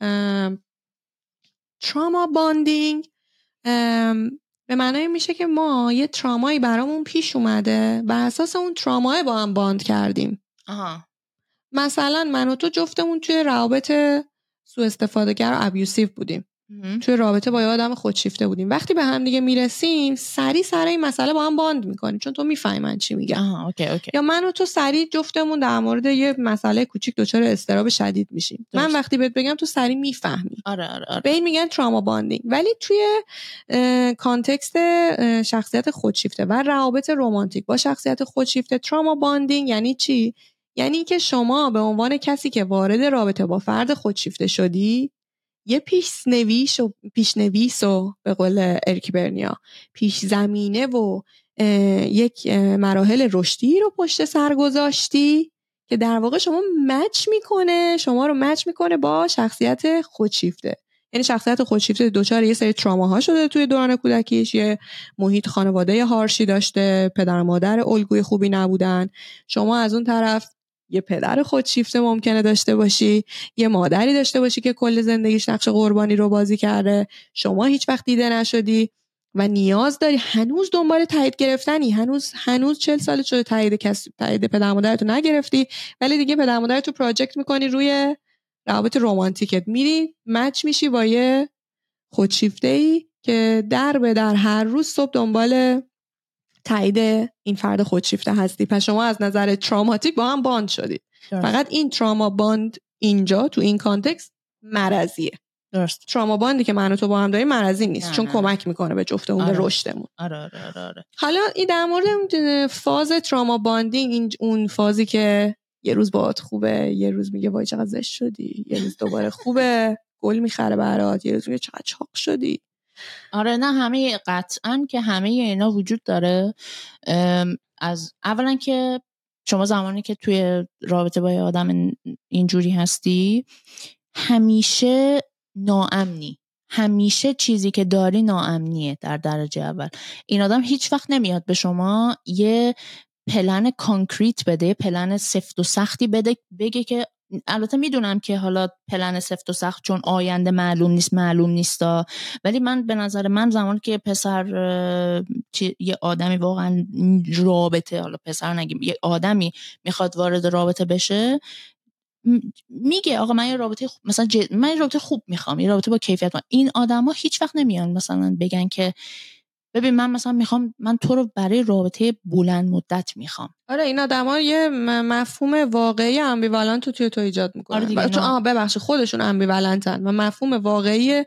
تراما باندینگ به معنی میشه که ما یه ترامایی برامون پیش اومده و اساس اون ترامای با هم باند کردیم. مثلا من و تو جفتمون توی روابط سوء استفاده‌گر و ابیوسیو بودیم. توی رابطه با یه آدم خودشیفته بودیم. وقتی به هم دیگه میرسیم سری سر این مسئله با هم باند میکنیم چون تو میفهمی من چی میگم. اوکی. یا من و تو سری جفتمون در مورد یه مسئله کوچیک دچار اضطراب شدید میشیم. من وقتی بهت بگم تو سری میفهمی. آره. به این میگن تراما باندینگ. ولی توی کانتکست شخصیت خودشیفته و روابط رمانتیک با شخصیت خودشیفته، تراما باندینگ یعنی چی؟ یعنی که شما به عنوان کسی که وارد رابطه با فرد خودشیفته شدی یه پیشنویس و به قول اریک برنیا پیش زمینه و یک مراحل رشدی رو پشت سر گذاشتی که در واقع شما رو مچ میکنه با شخصیت خودشیفته. یعنی شخصیت خودشیفته دچار یه سری تراماها شده توی دوران کودکیش، یه محیط خانواده هارشی داشته، پدر و مادر الگوی خوبی نبودن. شما از اون طرف یه پدر خودشیفته ممکنه داشته باشی، یه مادری داشته باشی که کل زندگیش نقش قربانی رو بازی کرده، شما هیچ وقت دیده نشدی و نیاز داری هنوز دنبال تایید گرفتنی، هنوز 40 سال شده تایید پدر مادرتو نگرفتی، ولی دیگه پدر مادرتو پراجکت میکنی روی روابط رمانتیکت، میری مچ میشی با یه خودشیفته‌ای که در به در هر روز صبح دنبال تایید این فرد خودشیفته هستی. پس شما از نظر تراماتیک با هم باند شدید. فقط این تراما باند اینجا تو این کانتکست مرضیه. درست. تراما باندی که من و تو با هم داریم مرضی نیست، چون کمک میکنه به جفتمون به رشدمون. آره. حالا این در مورد فاز تراما باندینگ، اون فازی که یه روز باهات خوبه، یه روز میگه وای چقدر زشت شدی، یه روز دوباره خوبه گل میخره برات، یه روز میگه چقدر چاق شدی. آره نه همه قطعاً که همه اینا وجود داره. از اولا که شما زمانی که توی رابطه با یه آدم اینجوری هستی همیشه ناامنی، همیشه چیزی که داری ناامنیه. در درجه اول این آدم هیچ وقت نمیاد به شما یه پلن کانکریت بده، پلن سفت و سختی بده، بگه که البته میدونم که حالا پلن سفت و سخت چون آینده معلوم نیستا، ولی من به نظر من زمانی که پسر یه آدمی واقعا رابطه، حالا پسر نگیم، یه آدمی میخواد وارد رابطه بشه میگه آقا من یه رابطه مثلا من یه رابطه خوب میخوام، یه رابطه با کیفیت. این آدما هیچ وقت نمیان مثلا بگن که ببین من مثلا میخوام، من تو رو برای رابطه بلند مدت میخوام. آره این آدما یه مفهوم واقعی امبیوالنت توی تو ایجاد میکنن. آره ببخش خودشون امبیوالنتن و مفهوم واقعی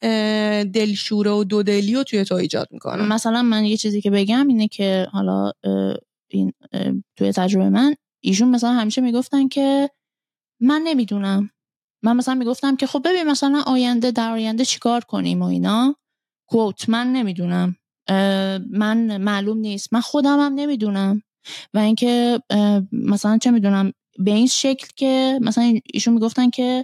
دلشوره و دودلی رو توی تو ایجاد میکنن. مثلا من یه چیزی که بگم اینه که حالا این توی تجربه من ایشون مثلا همیشه میگفتن که من نمیدونم. من مثلا میگفتم که خب ببین مثلا در آینده چیکار کنیم و اینا، کوت من نمیدونم، من معلوم نیست، من خودم هم نمیدونم. و اینکه مثلا چه میدونم به این شکل که مثلا ایشون میگفتن که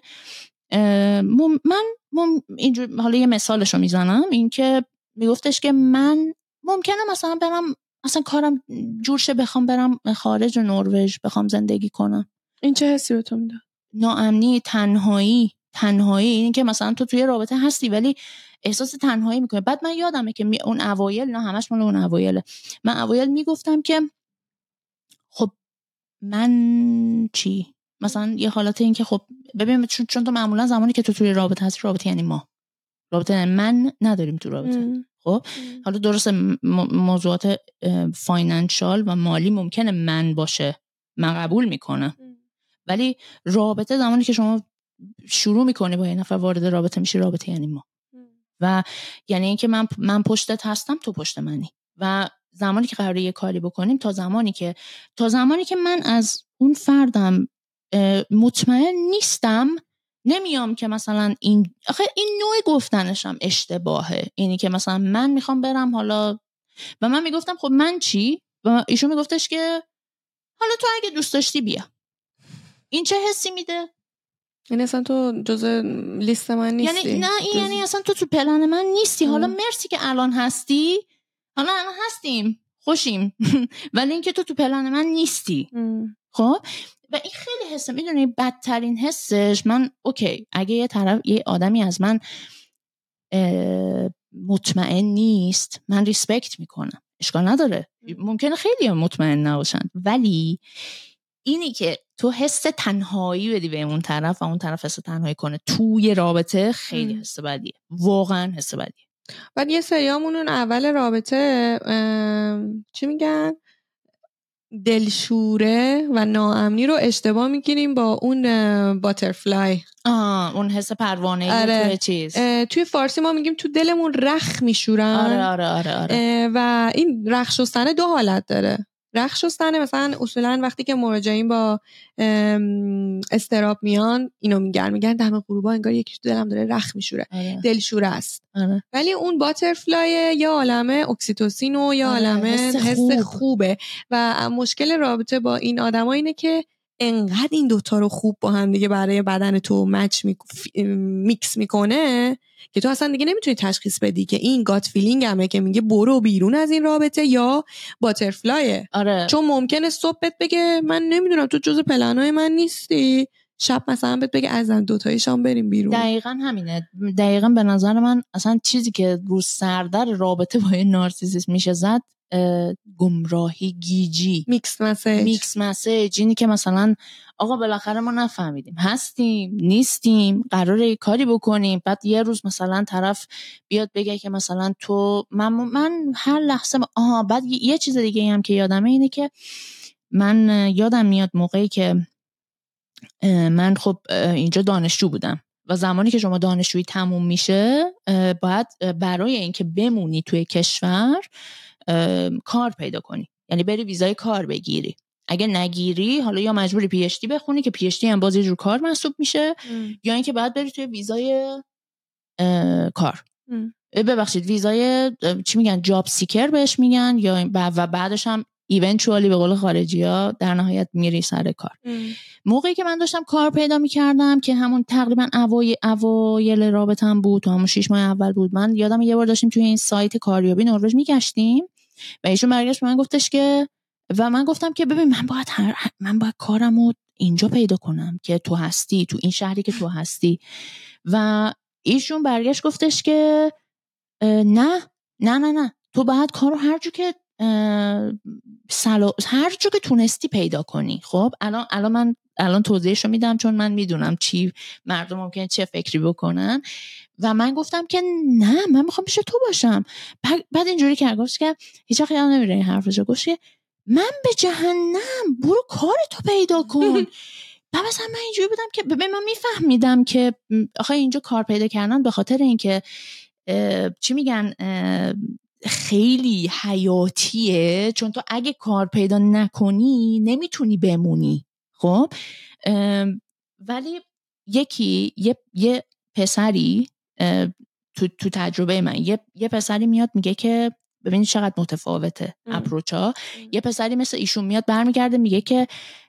من اینجور، حالا یه مثالشو میزنم، این که میگفتش که من ممکنه مثلا برم مثلا کارم جور شه بخوام برم خارج نروژ بخوام زندگی کنم. این چه حسی به تو میده؟ ناامنی، تنهایی. این که مثلا تو توی رابطه هستی ولی احساس تنهایی میکنه. بعد من یادمه که اون اوایل، نه همش مال اون اوایله، من اوایل میگفتم که من چی؟ مثلا یه حالت این که خب ببین چون تو معمولا زمانی که تو توی رابطه هستی، رابطه یعنی ما، رابطه من نداریم تو رابطه. خب حالا درسته موضوعات فاینانشال و مالی ممکنه من باشه، من قبول میکنم، ولی رابطه زمانی که شما شروع میکنی با یه نفر وارد رابطه میشی، رابطه یعنی ما. و یعنی اینکه من پشتت هستم، تو پشت منی، و زمانی که قراره یه کاری بکنیم، تا زمانی که من از اون فردم مطمئن نیستم، نمیام که مثلا این نوع گفتنشم اشتباهه. اینی که مثلا من میخوام برم حالا و من میگفتم خب من چی؟ و ایشون میگفتش که حالا تو اگه دوست داشتی بیا. این چه حسی میده؟ یعنی اصلا تو جزء لیست من نیستی. یعنی نه یعنی اصلا تو پلن من نیستی. حالا مرسی که الان هستی، حالا الان هستیم خوشیم ولی اینکه تو پلن من نیستی. خب و این خیلی حسه، میدونی بدترین حسش، من اوکی اگه یه آدمی از من مطمئن نیست، من ریسپکت میکنم، اشکال نداره، ممکنه خیلی مطمئن نباشن، ولی اینی که تو حس تنهایی بدی به اون طرف و اون طرف حس تنهایی کنه توی رابطه، خیلی حس بدیه، واقعا حس بدیه. بعد یه سریامونون اول رابطه چی میگن، دلشوره و ناامنی رو اشتباه میگیریم با اون باترفلای، اون حس پروانه‌ای. توی چیز توی فارسی ما میگیم تو دلمون رخ میشورن. آره. و این رخ شستن 2 حالت داره. رخ شستن مثلا اصولا وقتی که مراجعین با استراب میان اینو میگن دم غروبا انگار یکی تو دلم داره رخ میشوره. دلشوره است. ولی اون باترفلای یه عالمه اکسیتوسین و یه عالمه حس خوبه. و مشکل رابطه با این آدما اینه که انقدر این دوتا رو خوب با هم دیگه برای بدن تو میکس میکنه که تو اصلا دیگه نمیتونی تشخیص بدی که این گات فیلینگ همه که میگه برو بیرون از این رابطه یا باترفلایه. چون ممکنه صبح بهت بگه من نمیدونم تو جز پلنای من نیستی، شب مثلا بهت بگه ازن دوتاییشان بریم بیرون. دقیقاً همینه. دقیقاً به نظر من اصلا چیزی که رو سردر رابطه با نارسیسیسم میشه زد گمراهی، گیجی، میکس مسیج. اینی که مثلا آقا بالاخره ما نفهمیدیم، هستیم نیستیم، قراره یه کاری بکنیم، بعد یه روز مثلا طرف بیاد بگه که مثلا تو من هر لحظه بعد یه چیز دیگه هم که یادمه اینه که من یادم میاد موقعی که من خب اینجا دانشجو بودم و زمانی که شما دانشجویی تموم میشه باید برای اینکه بمونی توی کشور کار پیدا کنی، یعنی بری ویزای کار بگیری. اگه نگیری حالا یا مجبوری پی اچ دی بخونی که پی اچ دی هم باز یه جور کار محسوب میشه، یا اینکه باید بری توی ویزای کار. ببخشید ویزای چی میگن، جاب سیکر بهش میگن، یا و بعدش هم ایونچوالی به قول خارجی‌ها در نهایت میری سر کار. موقعی که من داشتم کار پیدا میکردم که همون تقریبا اوایل رابطه‌ام بود، تو همون 6 ماه اول بود، من یادم یه بار داشتیم توی این سایت کاریابی نروژ میگشتیم و ایشون برگشت به من گفتش که، و من گفتم که ببین من باید کارمو اینجا پیدا کنم که تو هستی، تو این شهری که تو هستی. و ایشون برگشت گفتش که نه تو باید کارو هر جو که تونستی پیدا کنی. خب الان توضیحشو میدم چون من میدونم چی مردم ممکنه چه فکری بکنن. و من گفتم که نه، من میخوام پیش تو باشم. بعد اینجوری که گفت که هیچ وقت یادم نمیره این حرفشو، گفت که من به جهنم، برو کار تو پیدا کن. بعد مثلا من اینجوری بودم که ببین من میفهمیدم که آخه اینجا کار پیدا کردن به خاطر اینکه چی میگن خیلی حیاتیه، چون تو اگه کار پیدا نکنی نمیتونی بمونی. خب ولی یه پسری تو تجربه من یه پسری میاد میگه که ببینید چقدر متفاوته اپروچا. یه پسری مثل ایشون میاد برمیگرده میگه که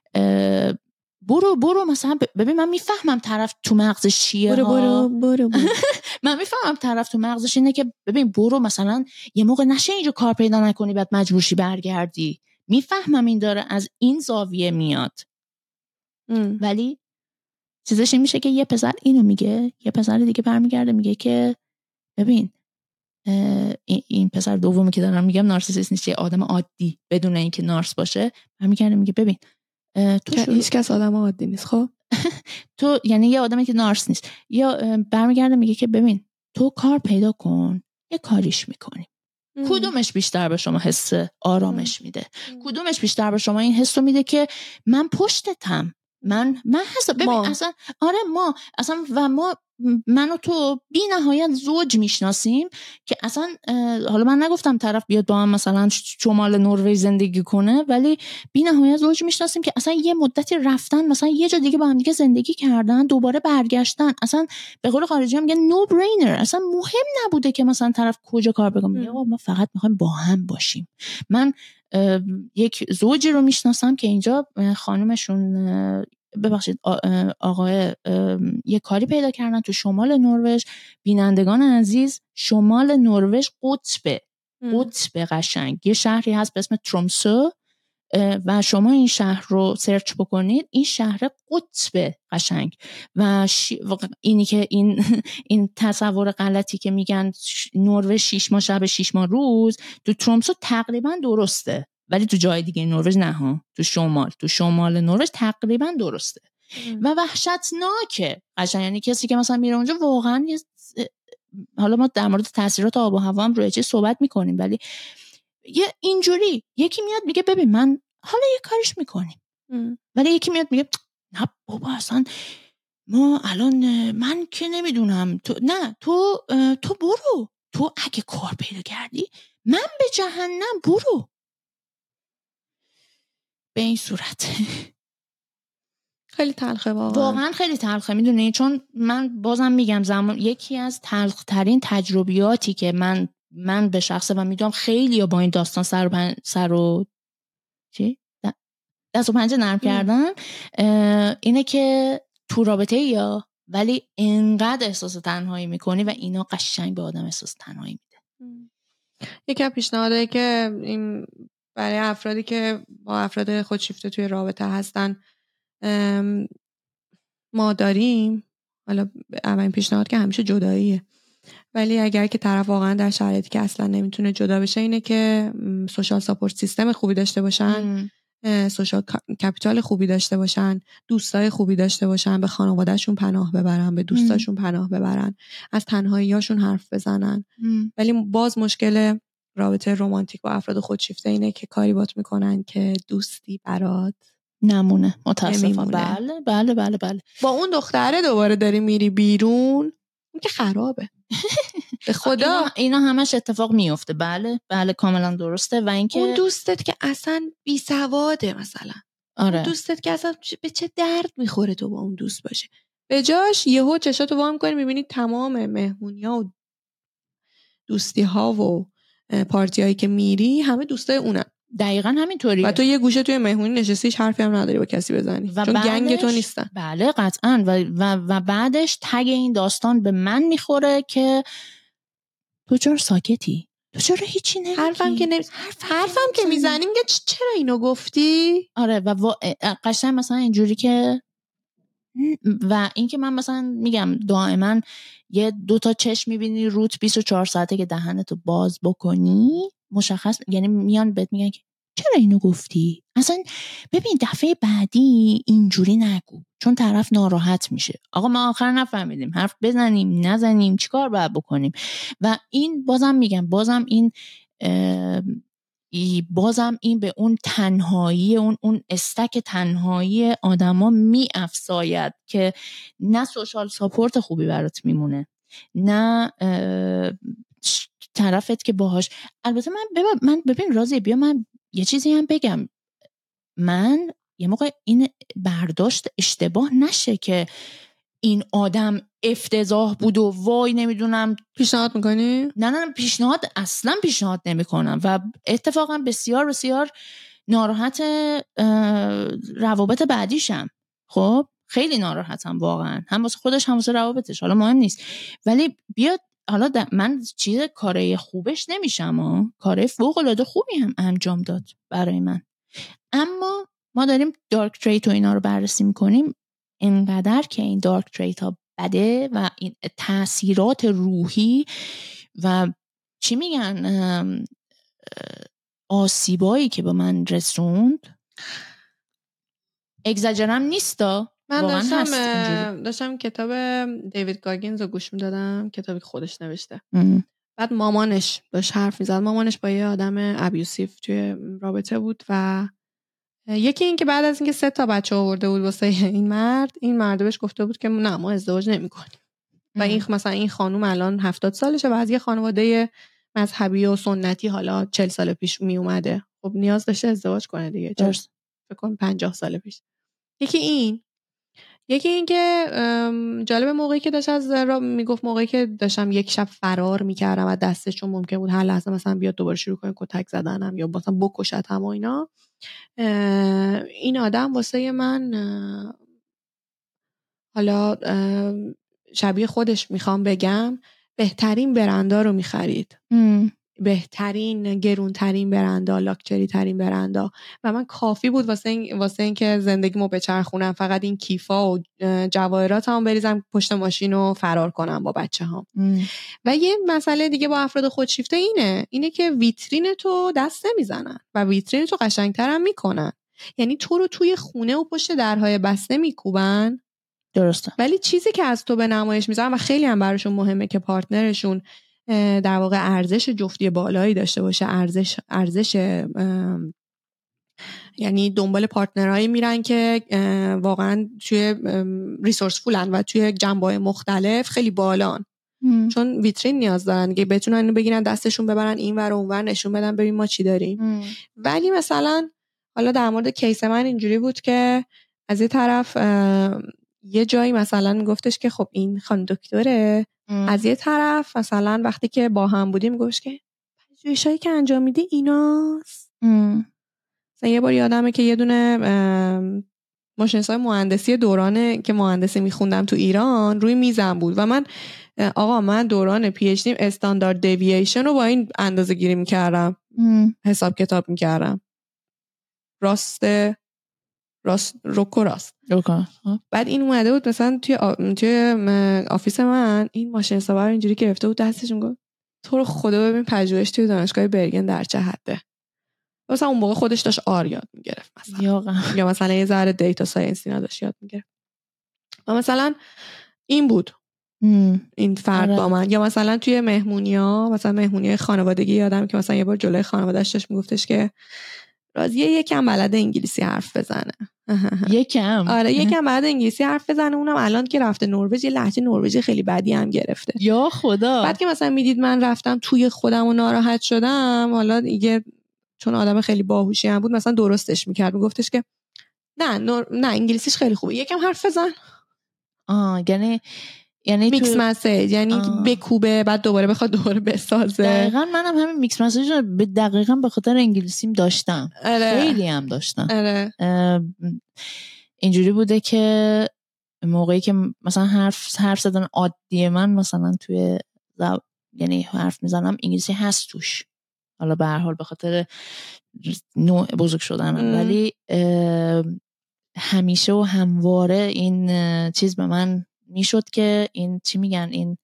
برو مثلا ببین من میفهمم طرف تو مغزش چیه، برو. من میفهمم طرف تو مغزش اینه که ببین برو مثلا یه موقع نشه اینجا کار پیدا نکنی بعد مجبورشی برگردی. میفهمم این داره از این زاویه میاد. ولی چیزش این میشه که یه پسر اینو میگه، یه پسر دیگه برمیگرده میگه که ببین این پسر دومی که دارم میگم نارسیسیست نیست، یه آدم عادی بدون اینکه نارس باشه، برمیگرده میگه ببین تو هیچ کس آدم عادی نیست. خب تو یعنی یه آدمی که نارس نیست، یا برمیگرده میگه که ببین تو کار پیدا کن، یه کاریش میکنی. کدومش بیشتر به شما حس آرامش میده؟ کدومش بیشتر به شما این حس رو میده که من پشتتم، من حس ببین اصلا آره ما اصلا و ما من و تو بی نهایت زوج میشناسیم که اصلا حالا من نگفتم طرف بیاد با هم مثلا شمال نروژ زندگی کنه، ولی بی نهایت زوج میشناسیم که اصلا یه مدتی رفتن مثلا یه جا دیگه با هم دیگه زندگی کردن، دوباره برگشتن، اصلا به قول خارجی میگن نو برینر، اصلا مهم نبوده که مثلا طرف کجا کار بکنه، آقا ما فقط میخوایم با هم باشیم. من یک زوجی رو میشناسم که اینجا خانمشون ببخشید آقای یه کاری پیدا کردن تو شمال نروژ. بینندگان عزیز، شمال نروژ قطب قشنگ، یه شهری هست به اسم ترومسو و شما این شهر رو سرچ بکنید، این شهر قطب قشنگ و اینی که این تصور غلطی که میگن نروژ 6 ماه شب 6 ماه روز، تو ترومسو تقریبا درسته، ولی تو جای دیگه نروژ نه ها، تو شمال نروژ تقریبا درسته و وحشتناکه قشنگ. یعنی کسی که مثلا میره اونجا واقعا حالا ما در مورد تاثیرات آب و هوا هم روی چه صحبت میکنیم، ولی یه اینجوری یکی میاد میگه ببین من حالا یه کارش میکنیم، ولی یکی میاد میگه نه بابا اصلا ما الان من که نمیدونم تو برو، تو اگه کار پیدا کردی من به جهنم برو. به این صورت خیلی تلخه واقعا خیلی تلخه، میدونی، چون من بازم میگم یکی از تلخ ترین تجربیاتی که من به شخصه و میدونم خیلی با این داستان دست و پنجه نرم کردن اینه که تو رابطه یا ولی اینقدر احساس تنهایی میکنی و اینا قشنگ به آدم احساس تنهایی میده. یکی از پیشنهادایی که این برای افرادی که با افراد خودشیفته توی رابطه هستن ما داریم، حالا اولین پیشنهاد که همیشه جداییه، ولی اگر که طرف واقعا در شرایطی که اصلا نمیتونه جدا بشه اینه که سوشال ساپورت سیستم خوبی داشته باشن، سوشال کپیتال خوبی داشته باشن، دوستای خوبی داشته باشن، به خانوادهشون پناه ببرن، به دوستاشون پناه ببرن، از تنهاییاشون حرف بزنن. ولی باز مشکل رابطه رمانتیک با افراد خودشیفته اینه که کاری بات میکنن که دوستی برات نمونه، متاسفانه. بله با اون دختره دوباره داری میری بیرون، اون که خرابه. به خدا اینا همش اتفاق میفته. بله کاملا درسته. و اینکه اون دوستت که اصلا بی سواده مثلا، آره. اون دوستت که اصلا به چه درد میخوره تو با اون دوست باشه، به جاش یهو چشاتو وا می‌کنی می‌بینی تمام مهمونی‌ها و دوستی‌ها و پارتی‌هایی که میری همه دوستای اونن. دقیقاً همینطوریه. و تو یه گوشه توی مهمونی نشستی، هیچ حرفی هم نداری با کسی بزنی چون گنگ تو نیستن. بله قطعاً. و بعدش تگ این داستان به من میخوره که تو چرا ساکتی؟ تو چرا هیچی نمیگی؟ حرفم که میزنیم که چرا اینو گفتی؟ آره و قشنگ مثلا اینجوری که و این که من مثلا میگم دائما یه 2 تا چشم میبینی روت 24 ساعته که دهنتو باز بکنی مشخص، یعنی میان بهت میگن که چرا اینو گفتی؟ اصلا ببین دفعه بعدی اینجوری نگو چون طرف ناراحت میشه. آقا ما آخر نفهمیدیم حرف بزنیم نزنیم چیکار باید بکنیم. و این بازم این به اون تنهایی اون استک تنهایی آدما میافزاید که نه سوشال ساپورت خوبی برات میمونه، نه طرفت که باهاش. البته من ببین راضیه، بیا من یه چیزی هم بگم، من یه موقع این برداشت اشتباه نشه که این آدم افتضاح بود و وای نمیدونم. پیشنهاد میکنی؟ نه اصلا پیشنهاد نمیکنم و اتفاقا بسیار بسیار ناراحت روابط بعدیشم. خب خیلی ناراحتم واقعا، هم واسه خودش هم واسه روابطش، حالا مهم نیست، ولی بیاد حالا من چیز کاره خوبش نمیشم، کاره فوق العاده خوبی هم انجام داد برای من، اما ما داریم دارک تریت و اینا رو بررسی میکنیم. اینقدر که این دارک تریت ها بده و این تأثیرات روحی و چی میگن آسیبایی که به من رسوند اگزاجرم نیستا. من داشتم کتاب دیوید گاگینز رو گوش میدادم، کتابی که خودش نوشته. بعد مامانش داشت حرف میزد. مامانش با یه آدم ابیوسیو توی رابطه بود و یکی این که بعد از اینکه 3 بچه آورده بود واسه این مرد بهش گفته بود که نه ما ازدواج نمی‌کنیم. و این مثلا این خانم الان 70 سالشه و از یه خانواده مذهبی و سنتی حالا 40 سال پیش می اومده. خب نیاز داشته ازدواج کنه دیگه. فکر کنم 50 سال پیش. یکی این که جالب موقعی که داشت از میگفت موقعی که داشتم یک شب فرار میکردم و دستشون ممکن بود هر لحظه مثلا بیاد دوباره شروع کنه کتک زدنم یا مثلا بکشتم و اینا. این آدم واسه من حالا شبیه خودش میخوام بگم بهترین برندا رو میخرید. بهترین گرونترین برندا، لاکچری ترین برندا و من کافی بود واسه این که زندگیمو بچرخونم، فقط این کیفا و جواهراتمو بریزم پشت ماشین و فرار کنم با بچه‌هام. و یه مسئله دیگه با افراد خودشیفته اینه که ویترین تو دست نمیزنن و ویترین تو قشنگتر هم میکنن. یعنی تو رو توی خونه و پشت درهای بسته میکوبن. درسته. ولی چیزی که از تو به نمایش میذارن و خیلی هم براشون مهمه که پارتنرشون در واقع ارزش جفتی بالایی داشته باشه، ارزش یعنی دنبال پارتنرایی میرن که واقعا توی ریسورسفولن و توی جنبه‌های مختلف خیلی بالان. چون ویترین نیاز دارن که بتونن اینو بگیرن دستشون ببرن این ور و اون ور نشون بدن ببین ما چی داریم. ولی مثلا حالا در مورد کیس من اینجوری بود که از یه طرف یه جایی مثلا میگفتش که خب این خانم دکتره، از یه طرف مثلا وقتی که با هم بودیم گفتش که پژوهشایی که انجام میدی ایناست. مثلا یه بار یادمه که یه دونه ماشین‌سای مهندسی دورانه که مهندسی میخوندم تو ایران روی میزم بود و من دوران پی اچ دی استاندارد دیوییشن رو با این اندازه گیری میکردم، حساب کتاب میکردم، راست بعد این اومده بود مثلا توی آفیس من این ماشین حسابه رو اینجوری گرفته بود دستش، میگفت تو رو خدا ببین پژوهش توی دانشگاه برگن در چه حده. مثلا اون موقع خودش داشت آر یاد میگرفت مثلا یا مثلا یه ذره دیتا ساینس اینا داشت یاد میگرفت و مثلا این بود این فرد با من. یا مثلا توی مهمونی‌ها، مثلا مهمونی خانوادگی یادم که مثلا یه بار جلوی خانواده‌اش داشت میگفتش که راضیه یکم بلد انگلیسی حرف بزنه. یکم بلد انگلیسی حرف بزنه. اونم الان که رفته نروژ یه لهجه نروژی خیلی بدی هم گرفته. یا خدا. بعد که مثلا میدید من رفتم توی خودم و ناراحت شدم، حالا دیگه چون آدم خیلی باهوشی هم بود مثلا درستش میکرد، میگفتش که نه انگلیسیش خیلی خوبه یکم حرف بزن. یعنی میکس مسیج، یعنی بکوبه بعد دوباره بخواد دوباره بسازه. دقیقاً منم همین میکس مسیج رو دقیقاً به خاطر انگلیسیم داشتم. خیلی هم داشتم. اینجوری بوده که موقعی که مثلا حرف زدن عادیه من مثلا توی یعنی حرف میزنم انگلیسی هست توش، حالا به هر حال به خاطر نوع بزرگ شدنم، ولی همیشه و همواره این چیز به من میشد که این چی میگن این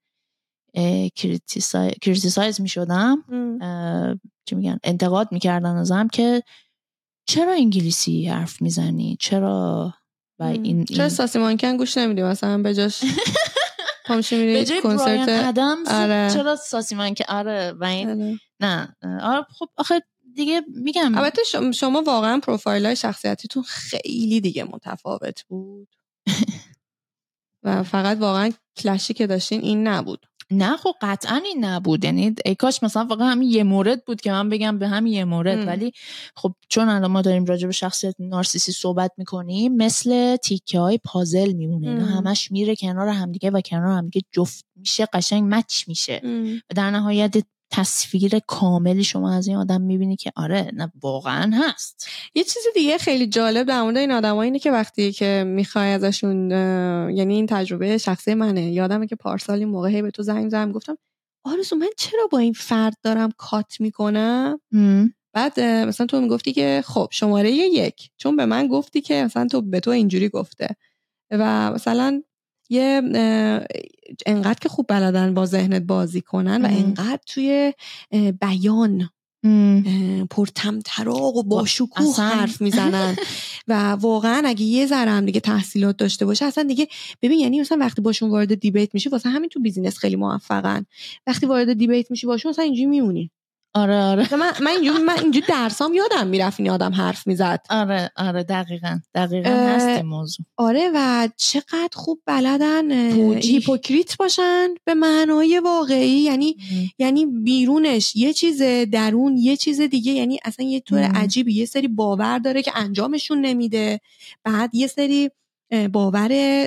کریتیسایز میشدم، چی میگن انتقاد میکردن ازم که چرا انگلیسی حرف میزنی، چرا چرا ساسی مانکن گوش نمیدی مثلا بجاش پامشی میری به جای برایان ادمز. چرا ساسی مانکن و این نه خب آخه دیگه میگم البته شما واقعا پروفایل‌های شخصیتیتون خیلی دیگه متفاوت بود و فقط واقعا کلاشی که داشتین این نبود. نه خب قطعا این نبود، یعنی ای کاش مثلا فقط همین یه مورد بود که من بگم به همین یه مورد ولی خب چون الان ما داریم راجع به شخصیت نارسیسی صحبت میکنیم مثل تیکه های پازل میمونه، اینا همش میره کنار همدیگه و کنار همدیگه جفت میشه، قشنگ مچ میشه و در نهایت تصویر کاملی شما از این آدم میبینی که آره نه واقعا هست. یه چیز دیگه خیلی جالب در مورد این آدم‌ها اینه که وقتی که میخوای ازشون، یعنی این تجربه شخصی منه، یادمه که پارسال این موقعی به تو زنگ زدم گفتم آرزو من چرا با این فرد دارم کات میکنم؟ بعد مثلا تو میگفتی که خب شماره 1 چون به من گفتی که مثلا تو به تو اینجوری گفته و مثلا یه انقدر که خوب بلدن با ذهنت بازی کنن و انقدر توی بیان پرطمطراق و با شکوه حرف میزنن و واقعا اگه یه ذره هم دیگه تحصیلات داشته باشه اصلا دیگه ببین، یعنی مثلا وقتی باشون وارد دیبیت میشی، واسه همین تو بیزینس خیلی موفقن، وقتی وارد دیبیت میشی باشون مثلا اینجوری میمونی. آره من اینجوری درسام یادم میرفت این آدم حرف میزد. آره دقیقاً هست این موضوع. آره و چقدر خوب بلدن هیپوکریت باشن به معنای واقعی، یعنی بیرونش یه چیز، درون یه چیز دیگه، یعنی اصلا یه طور عجیبی، یه سری باور داره که انجامشون نمیده، بعد یه سری باور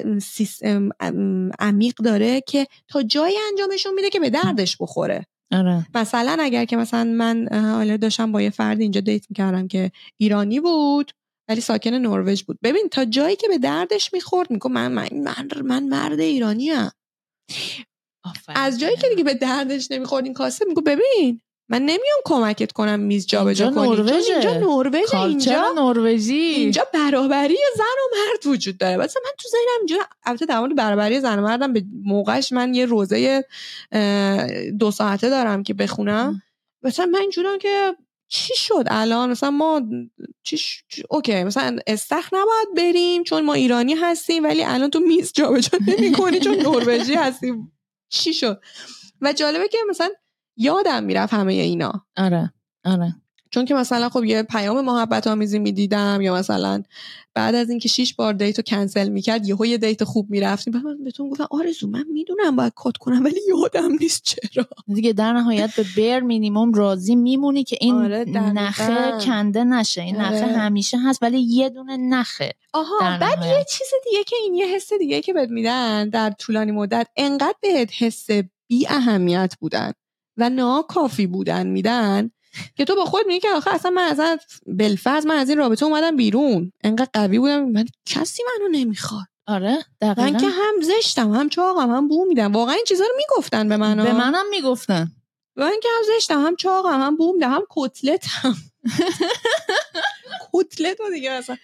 عمیق داره که تا جایی انجامشون میده که به دردش بخوره. آره. مثلا اگر که مثلا من حالا داشتم با یه فرد اینجا دیت میکردم که ایرانی بود ولی ساکن نروژ بود، ببین تا جایی که به دردش میخورد میگم من مرد ایرانیم. از جایی که دیگه به دردش نمیخورد این کاسه میگم ببین من نمیام کمکت کنم میز جابجا کنی، اینجا نروژ، اینجا نروژی، اینجا برابری زن و مرد وجود داره. مثلا من تو ذهنم اینجا، البته در مورد برابری زن و مردم به موقعش من یه روزه 2 ساعته دارم که بخونم، مثلا من اینجورم که چی شد الان مثلا ما اوکی مثلا استخ نباید بریم چون ما ایرانی هستیم ولی الان تو میز جابجا نمی‌کنی چون نروژی هستیم، چی شد؟ و جالبه که مثلا یادم میرفت همه اینا. آره چون که مثلا خب یه پیام محبت آمیزی میدیدم، یا مثلا بعد از اینکه 6 بار دیتو کنسل میکرد یهو یه دیت خوب میرفتیم، بعد من بهتون گفتم آرزو من میدونم باید کات کنم ولی یادم نیست چرا. دیگه در نهایت به بیر مینیمم راضی میمونی که این نخه کنده نشه. این نخه همیشه هست ولی یه دونه نخه. بعد یه چیز دیگه که این یه حس دیگه که بهت میدن در طولانی مدت، انقدر بهت حس بی اهمیت بودن و ناکافی بودن میدن که تو با خود میگی که آخه اصلا من اصلا بالفرض من از این رابطه اومدم بیرون، انقدر قوی بودم من کسی منو نمیخواد. آره دقیقاً. من که هم زشتم هم چاقم هم بو میدم. واقعا این چیزا رو میگفتن به من. به منم میگفتن. من که هم زشتم هم چاقم هم بو میدم هم کتلتم. کتلت و دیگه اصلا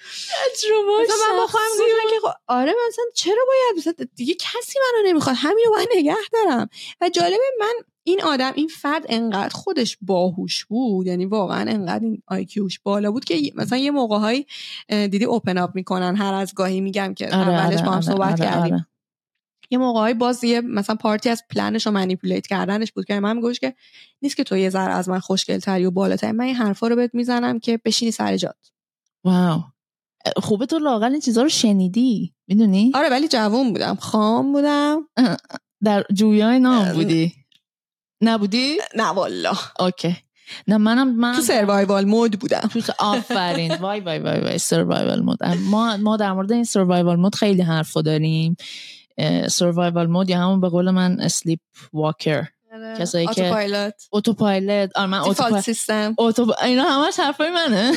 من با خودم گفتم که آره مثلا چرا باید مثلا دیگه کسی منو نمیخواد، همین رو باید نگه دارم. و جالبه من این فرد انقدر خودش باهوش بود، یعنی واقعا انقدر این آیکیوش بالا بود که مثلا یه موقع‌هایی دیدی اوپن اپ میکنن، هر از گاهی میگم که اولش با هم صحبت کردیم. یه موقع‌هایی باز یه مثلا پارتی از پلنش رو مانیپولیت کردنش بود که من میگوش که نیست که تو یه ذره از من خوشگل‌تری و بالاتری، من این حرفا رو بهت میزنم که بشینی سر جات. واو خوبه تو لااقل این چیزا رو شنیدی، میدونی؟ آره ولی جوون بودم، خام بودم. در جویای نام بودی؟ نبودی؟ نه والله. اوکی. نه من تو سروایوال مود بودم. تو آفرین. وای سروایوال مود. ما در مورد این سروایوال مود خیلی حرفا داریم. سروایوال مود یا همون به قول من اسلیپ واکر، کسایی که اتوپایلوت من دیفالت سیستم اینا همش حرفای منه.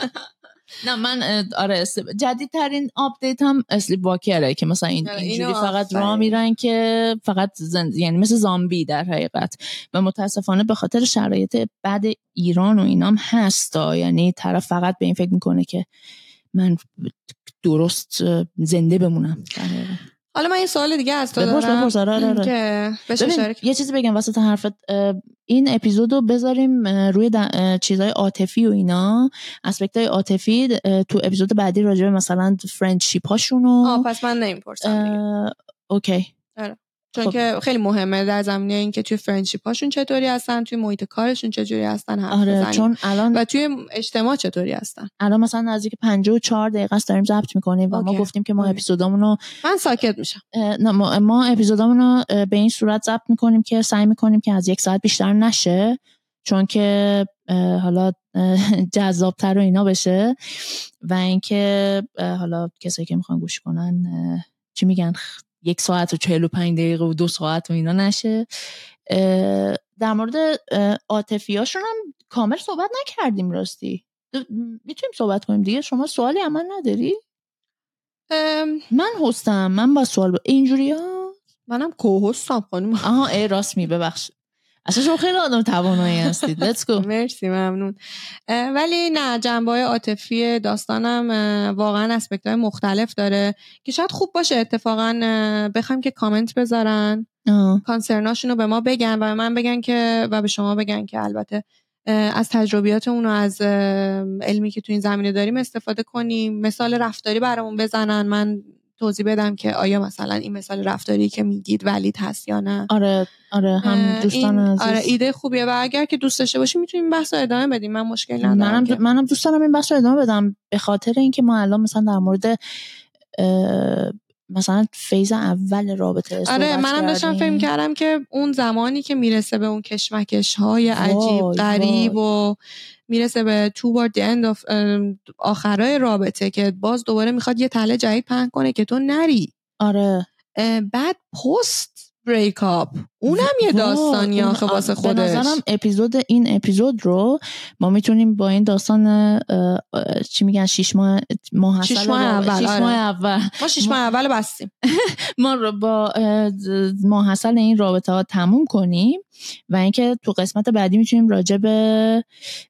نه من آره جدیدترین آپدیت هم اسلیپ واکره که مثلا اینجوری فقط راه میرن که فقط یعنی مثل زامبی در حقیقت. و متاسفانه به خاطر شرایط بد ایران و اینام هستا، یعنی طرف فقط به این فکر میکنه که من درست زنده بمونم. حالا من این سوال دیگه از تو دارم که یه چیزی بگم وسط حرفت. این اپیزودو بذاریم روی چیزای عاطفی و اینا، اسپکتای عاطفی تو اپیزود بعدی راجع به مثلا فرندشیپ هاشونو. پس من نمیپرسم اوکی. آره. چون که خیلی مهمه در زمینه این که توی فرندشیپ هاشون چطوری هستن، توی محیط کارشون چطوری هستن حرف بزنیم. چون الان و توی اجتماع چطوری هستن. الان مثلا نزدیک 54 دقیقه است داریم ضبط میکنیم و ما گفتیم که ما اپیزودامونو من ساکت میشم. ما اپیزودامونو به این صورت ضبط میکنیم که سعی میکنیم که از 1 ساعت بیشتر نشه، چون که حالا جذابتر و اینا بشه و اینکه حالا کسایی که میخوان گوش کنن چی میگن 1 ساعت و 45 دقیقه و 2 ساعت و اینا نشه. در مورد عاطفیاشون هم کامل صحبت نکردیم. راستی میتونیم صحبت کنیم دیگه. شما سوالی هم نداری؟ من هستم، من با سوال اینجوری ها منم کو-هستم خانم. راست می ببخشید. اصلا شما خیلی آدم توانایی هستید. Let's go. مرسی ممنون. ولی نه جنبه‌های عاطفی داستانم واقعا اسپکت‌های مختلف داره که شاید خوب باشه اتفاقا بخوام که کامنت بذارن کانسرناشونو به ما بگن و من بگن که و به شما بگن که البته از تجربیات اون و از علمی که تو این زمینه داریم استفاده کنیم، مثال رفتاری برامون بزنن، من توضیح بدم که آیا مثلا این مثال رفتاری که میگید ولید هست یا نه. آره هم دوستان عزیز. آره ایده خوبیه و اگر که دوست داشته باشیم میتونیم بحث رو ادامه بدیم، من مشکل ندارم. منم دوست دارم این بحث رو ادامه بدم، به خاطر اینکه ما الان مثلا در مورد مثلا فیز اول رابطه صحبت آره منم داشتم فکر کردم که اون زمانی که میرسه به اون کشمکش‌های عجیب غریب و میرسه به toward the end of آخرای رابطه که باز دوباره میخواد یه تله جدید پهن کنه که تو نری. آره بعد پست بریک اپ اونم یه داستانی آخه واسه خودش. به نظرم این اپیزود رو ما میتونیم با این داستان چی میگن 6 ماه اول 6 ماه اول ما 6 ماه اول بستیم ما رو با ماحصل این رابطه ها تموم کنیم و اینکه تو قسمت بعدی میتونیم راجع به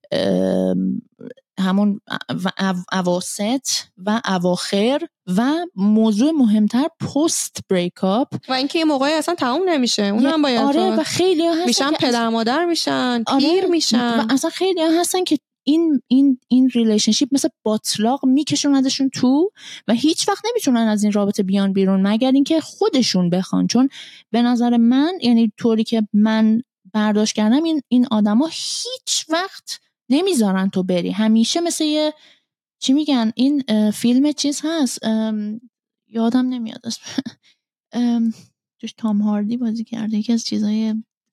همون اواسط و اواخر و موضوع مهمتر پست بریک اپ و اینکه یه موقعی اصلا تموم نمیشه اونم باید. آره و خیلی ها هستن میشن پدر مادر میشن پیر میشن و اصلا خیلی ها هستن که این ریلیشنشیپ مثل باطلاق میکشوندشون تو و هیچ وقت نمیتونن از این رابطه بیان بیرون مگر اینکه خودشون بخوان. چون به نظر من یعنی طوری که من برداشت کردم این آدما هیچ وقت نمیذارن تو بری، همیشه مثل یه چی میگن این فیلم چیز هست یادم نمیاد اسم توش تام هاردی بازی کرده یکی از چیزای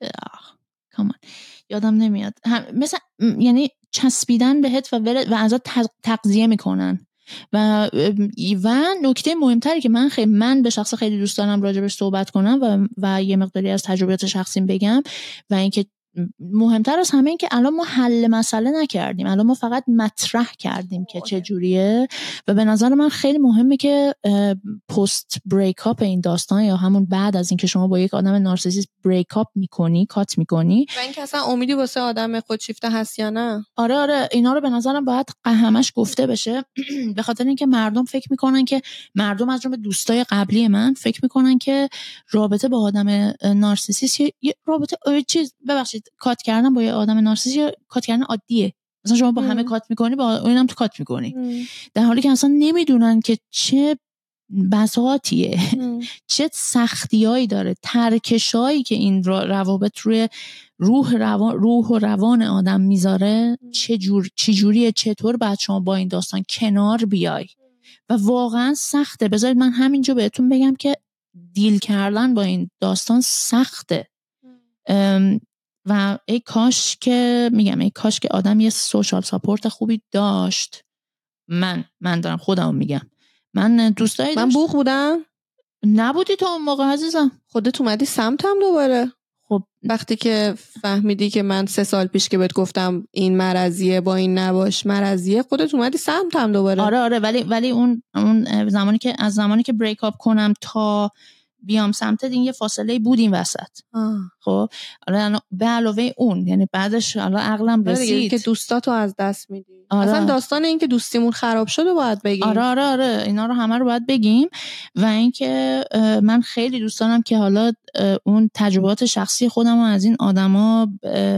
یادم نمیاد مثلا یعنی چسبیدن بهت و ازت تغذیه میکنن و نکته مهمتری که من به شخص خیلی دوست دارم راجبش صحبت کنم و یه مقداری از تجربیات شخصیم بگم و اینکه مهمتر از همه این که الان ما حل مسئله نکردیم، الان ما فقط مطرح کردیم که چه جوریه و به نظر من خیلی مهمه که پست بریک اپ این داستان یا همون بعد از اینکه شما با یک آدم نارسیسیست بریک اپ میکنی کات میکنی و اینکه اصلا امیدی واسه آدم خودشیفته هست یا نه. آره اینا رو به نظرم باید همش گفته بشه به خاطر اینکه مردم فکر میکنن که مردم از جمله دوستای قبلی من فکر میکنن که رابطه با آدم نارسیسیست یه رابطه چیز ببخشید کات کردن با یه آدم نارسیسیست یا کات کردن عادیه، مثلا شما با همه کات میکنی با اونم تو کات میکنی در حالی که اصلا نمیدونن که چه بساطیه چه سختیایی داره، ترکشایی که این روابط روی روح و روان آدم میذاره چه جوریه، چطور باید شما با این داستان کنار بیای و واقعا سخته. بذارید من همینجا بهتون بگم که دیل کردن با این داستان سخته و ای کاش که آدم یه سوشال ساپورت خوبی داشت. من دارم خودم میگم من دوستایی من بوخ بودم نبودی تو اون موقع عزیزم، خودت اومدی سمتم دوباره. خب وقتی که فهمیدی که من 3 سال پیش که بهت گفتم این مرضیه با این نباش مرضیه خودت اومدی سمتم دوباره. آره ولی اون زمانی که بریک اپ کنم تا بیام سمت این یه فاصله بود این وسط. خب حالا به علاوه اون یعنی بعدش حالا عقلم رسید که دوستاتو از دست میدی. اصلا داستان این که دوستیمون خراب شده باید بگیم. آره اینا رو همه رو باید بگیم و اینکه من خیلی دوست دارم که حالا اون تجربات شخصی خودم از این آدما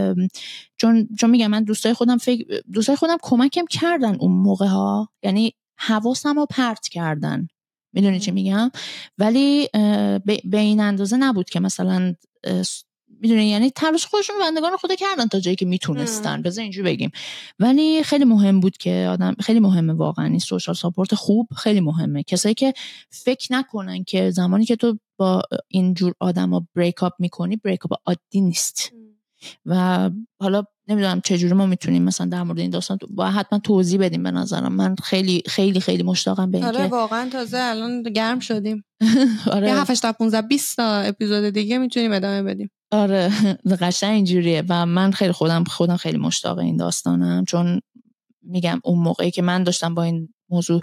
چون میگم من دوستای خودم کمکم کردن اون موقع ها، یعنی حواسمو پرت کردن، میدونی چی میگم، ولی به این اندازه نبود که مثلا میدونی یعنی تلاش خودشون بندگان خدا کردن تا جایی که میتونستن، بذار اینجوری بگیم. ولی خیلی مهم بود که آدم خیلی مهمه واقعا این سوشال ساپورت خوب خیلی مهمه. کسایی که فکر نکنن که زمانی که تو با اینجور آدما بریک اپ میکنی بریک اپ عادی نیست و حالا نمیدونم چجوری ما میتونیم مثلا در مورد این داستان با حتما توضیح بدیم. به نظرم من خیلی خیلی خیلی مشتاقم به این که واقعا تازه الان گرم شدیم. آره 7 8 15 20 تا اپیزود دیگه میتونیم ادامه بدیم. آره قشنگ اینجوریه و من خیلی خودم خیلی مشتاق این داستانم، چون میگم اون موقعی که من داشتم با این موضوع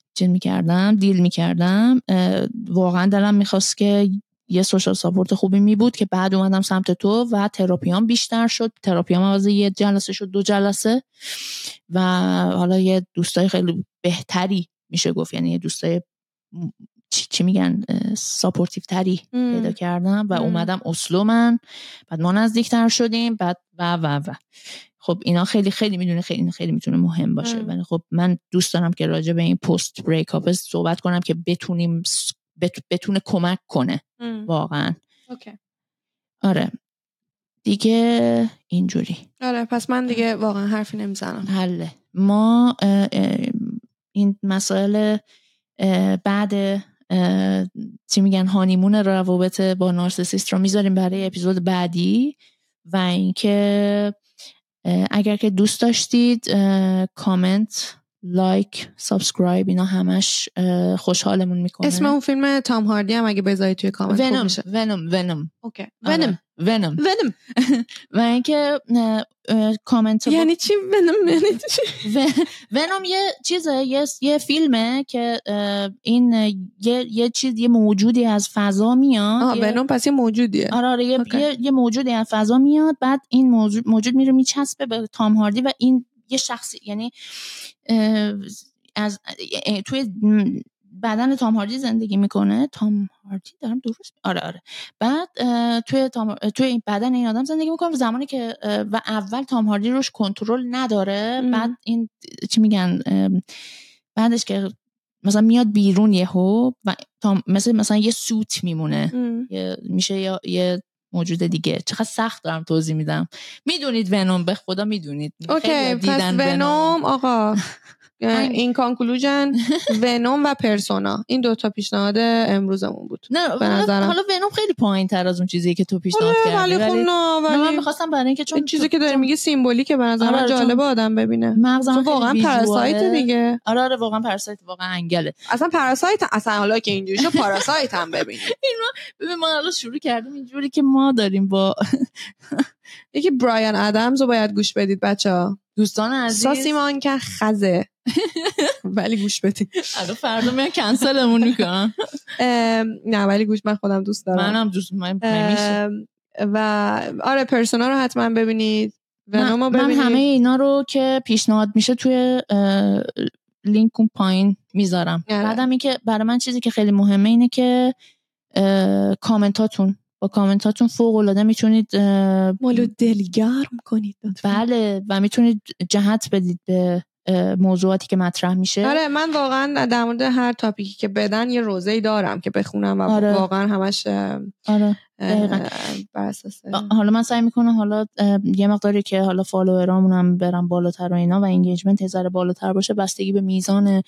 دیل میکردم واقعا دلم میخواست که یه سوشال ساپورت خوبی می بود که بعد اومدم سمت تو و تراپیام بیشتر شد. تراپیام از 1 جلسه شد 2 جلسه و حالا یه دوستای خیلی بهتری میشه گفت، یعنی یه دوستای چی میگن ساپورتیو تری پیدا کردم و اومدم اسلو من بعد ما نزدیکتر شدیم بعد و خب اینا خیلی خیلی میدونه خیلی میتونه مهم باشه. ولی خب من دوست دارم که راجع به این پست بریک اپ صحبت کنم که بتونه کمک کنه واقعا. اوکی. آره دیگه اینجوری. آره پس من دیگه واقعا حرفی نمیزنم. حله. ما این مسائل بعد چی میگن هانیمون روابط با نارسیسیست رو میذاریم برای اپیزود بعدی. و اینکه اگر که دوست داشتید کامنت، لایک، سابسکرایب اینا همش خوشحالمون میکنه. اسم اون فیلم تام هاردی هم اگه بذارید توی کامنت خوب میشه. ونوم. اوکی. ونوم. و اینکه کامنت یعنی چی ونوم؟ ونوم یه چیزه، یه فیلمه که این یه موجودی از فضا میاد. ونوم پس یه موجودیه. آره یه موجودی از فضا میاد، بعد این موجود میره میچسبه به تام هاردی و این یه شخصی، یعنی از توی بدن تام هاردی زندگی میکنه. تام هاردی دارم درست؟ آره. بعد توی این بدن این آدم زندگی میکنه و زمانی که و اول تام هاردی روش کنترل نداره. بعد این چی میگن بعدش که مثلا میاد بیرون یهو و مثلا یه سوت میمونه، میشه یه موجود دیگه. چقدر سخت دارم توضیح میدم. میدونید ونوم، به خدا میدونید. اوکی پس ونوم آقا این کانکلوژن ونوم و پرسونا این دوتا پیشنهاد امروزمون بود. نه حالا ونوم خیلی پایین تر از اون چیزی که تو پیشنهاد کردی، ولی من میخواستم برای اینکه چون چیزی که داری میگی سیمبولیکه به نظر من جالبه آدم ببینه. مغزم واقعا پاراسایت دیگه. آره واقعا پاراسایت، واقعا انگله. اصلا پاراسایت اصلا حالا که اینجوری شو پاراسایت هم ببینید. ما حالا شروع کردیم اینجوری که ما داریم با یکی برایان ادمز رو باید گوش بدید بچه‌ها. دوستان عزیز ساسیمان که خزه ولی گوش بدید. الان فردا میان کنسلمون میکنن. نه ولی گوش، من خودم دوست دارم. منم دوست نمیشه. و آره پرسونا رو حتما ببینید. ونومو ببینید. من همه اینا رو که پیشنهاد میشه توی لینک اون پایین میذارم. بعدم این که برای من چیزی که خیلی مهمه اینه که با کامنتاتون فوق العاده میتونید مالو دلگرم کنید. بله و میتونید جهت بدید به موضوعاتی که مطرح میشه. آره من واقعا در مورد هر تاپیکی که بدن یه روزه‌ای دارم که بخونم و واقعا همش دقیقاً بر اساس حالا من سعی میکنم حالا یه مقداری که حالا فالوورامونم برم بالاتر و اینا و انگیجمنت یه بالاتر باشه، بستگی به میزان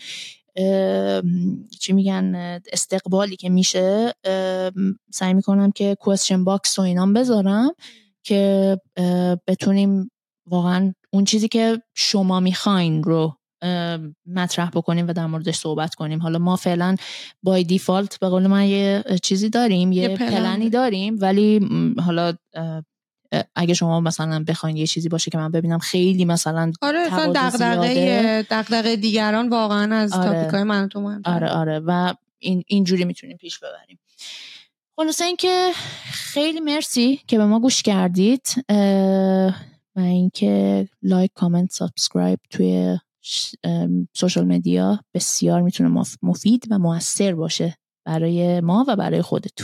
چی میگن استقبالی که میشه سعی میکنم که کوئسچن باکس و اینام بذارم که بتونیم واقعا اون چیزی که شما میخواین رو مطرح بکنیم و در موردش صحبت کنیم. حالا ما فعلا بای دیفالت به قول من یه چیزی داریم، یه پلنی داریم، ولی حالا اگه شما مثلا بخواید یه چیزی باشه که من ببینم خیلی مثلا دغدغه دیگران واقعا از تاپیکای من تو مهم‌تره. آره و اینجوری میتونیم پیش ببریم. خلاصه این که خیلی مرسی که به ما گوش کردید و اینکه لایک، کامنت، سابسکرایب توی سوشال مدیا بسیار میتونه مفید و موثر باشه برای ما و برای خودتون.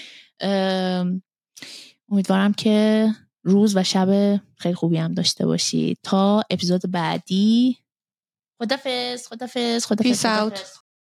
امیدوارم که روز و شب خیلی خوبی هم داشته باشید. تا اپیزود بعدی. خدافظ. Peace out.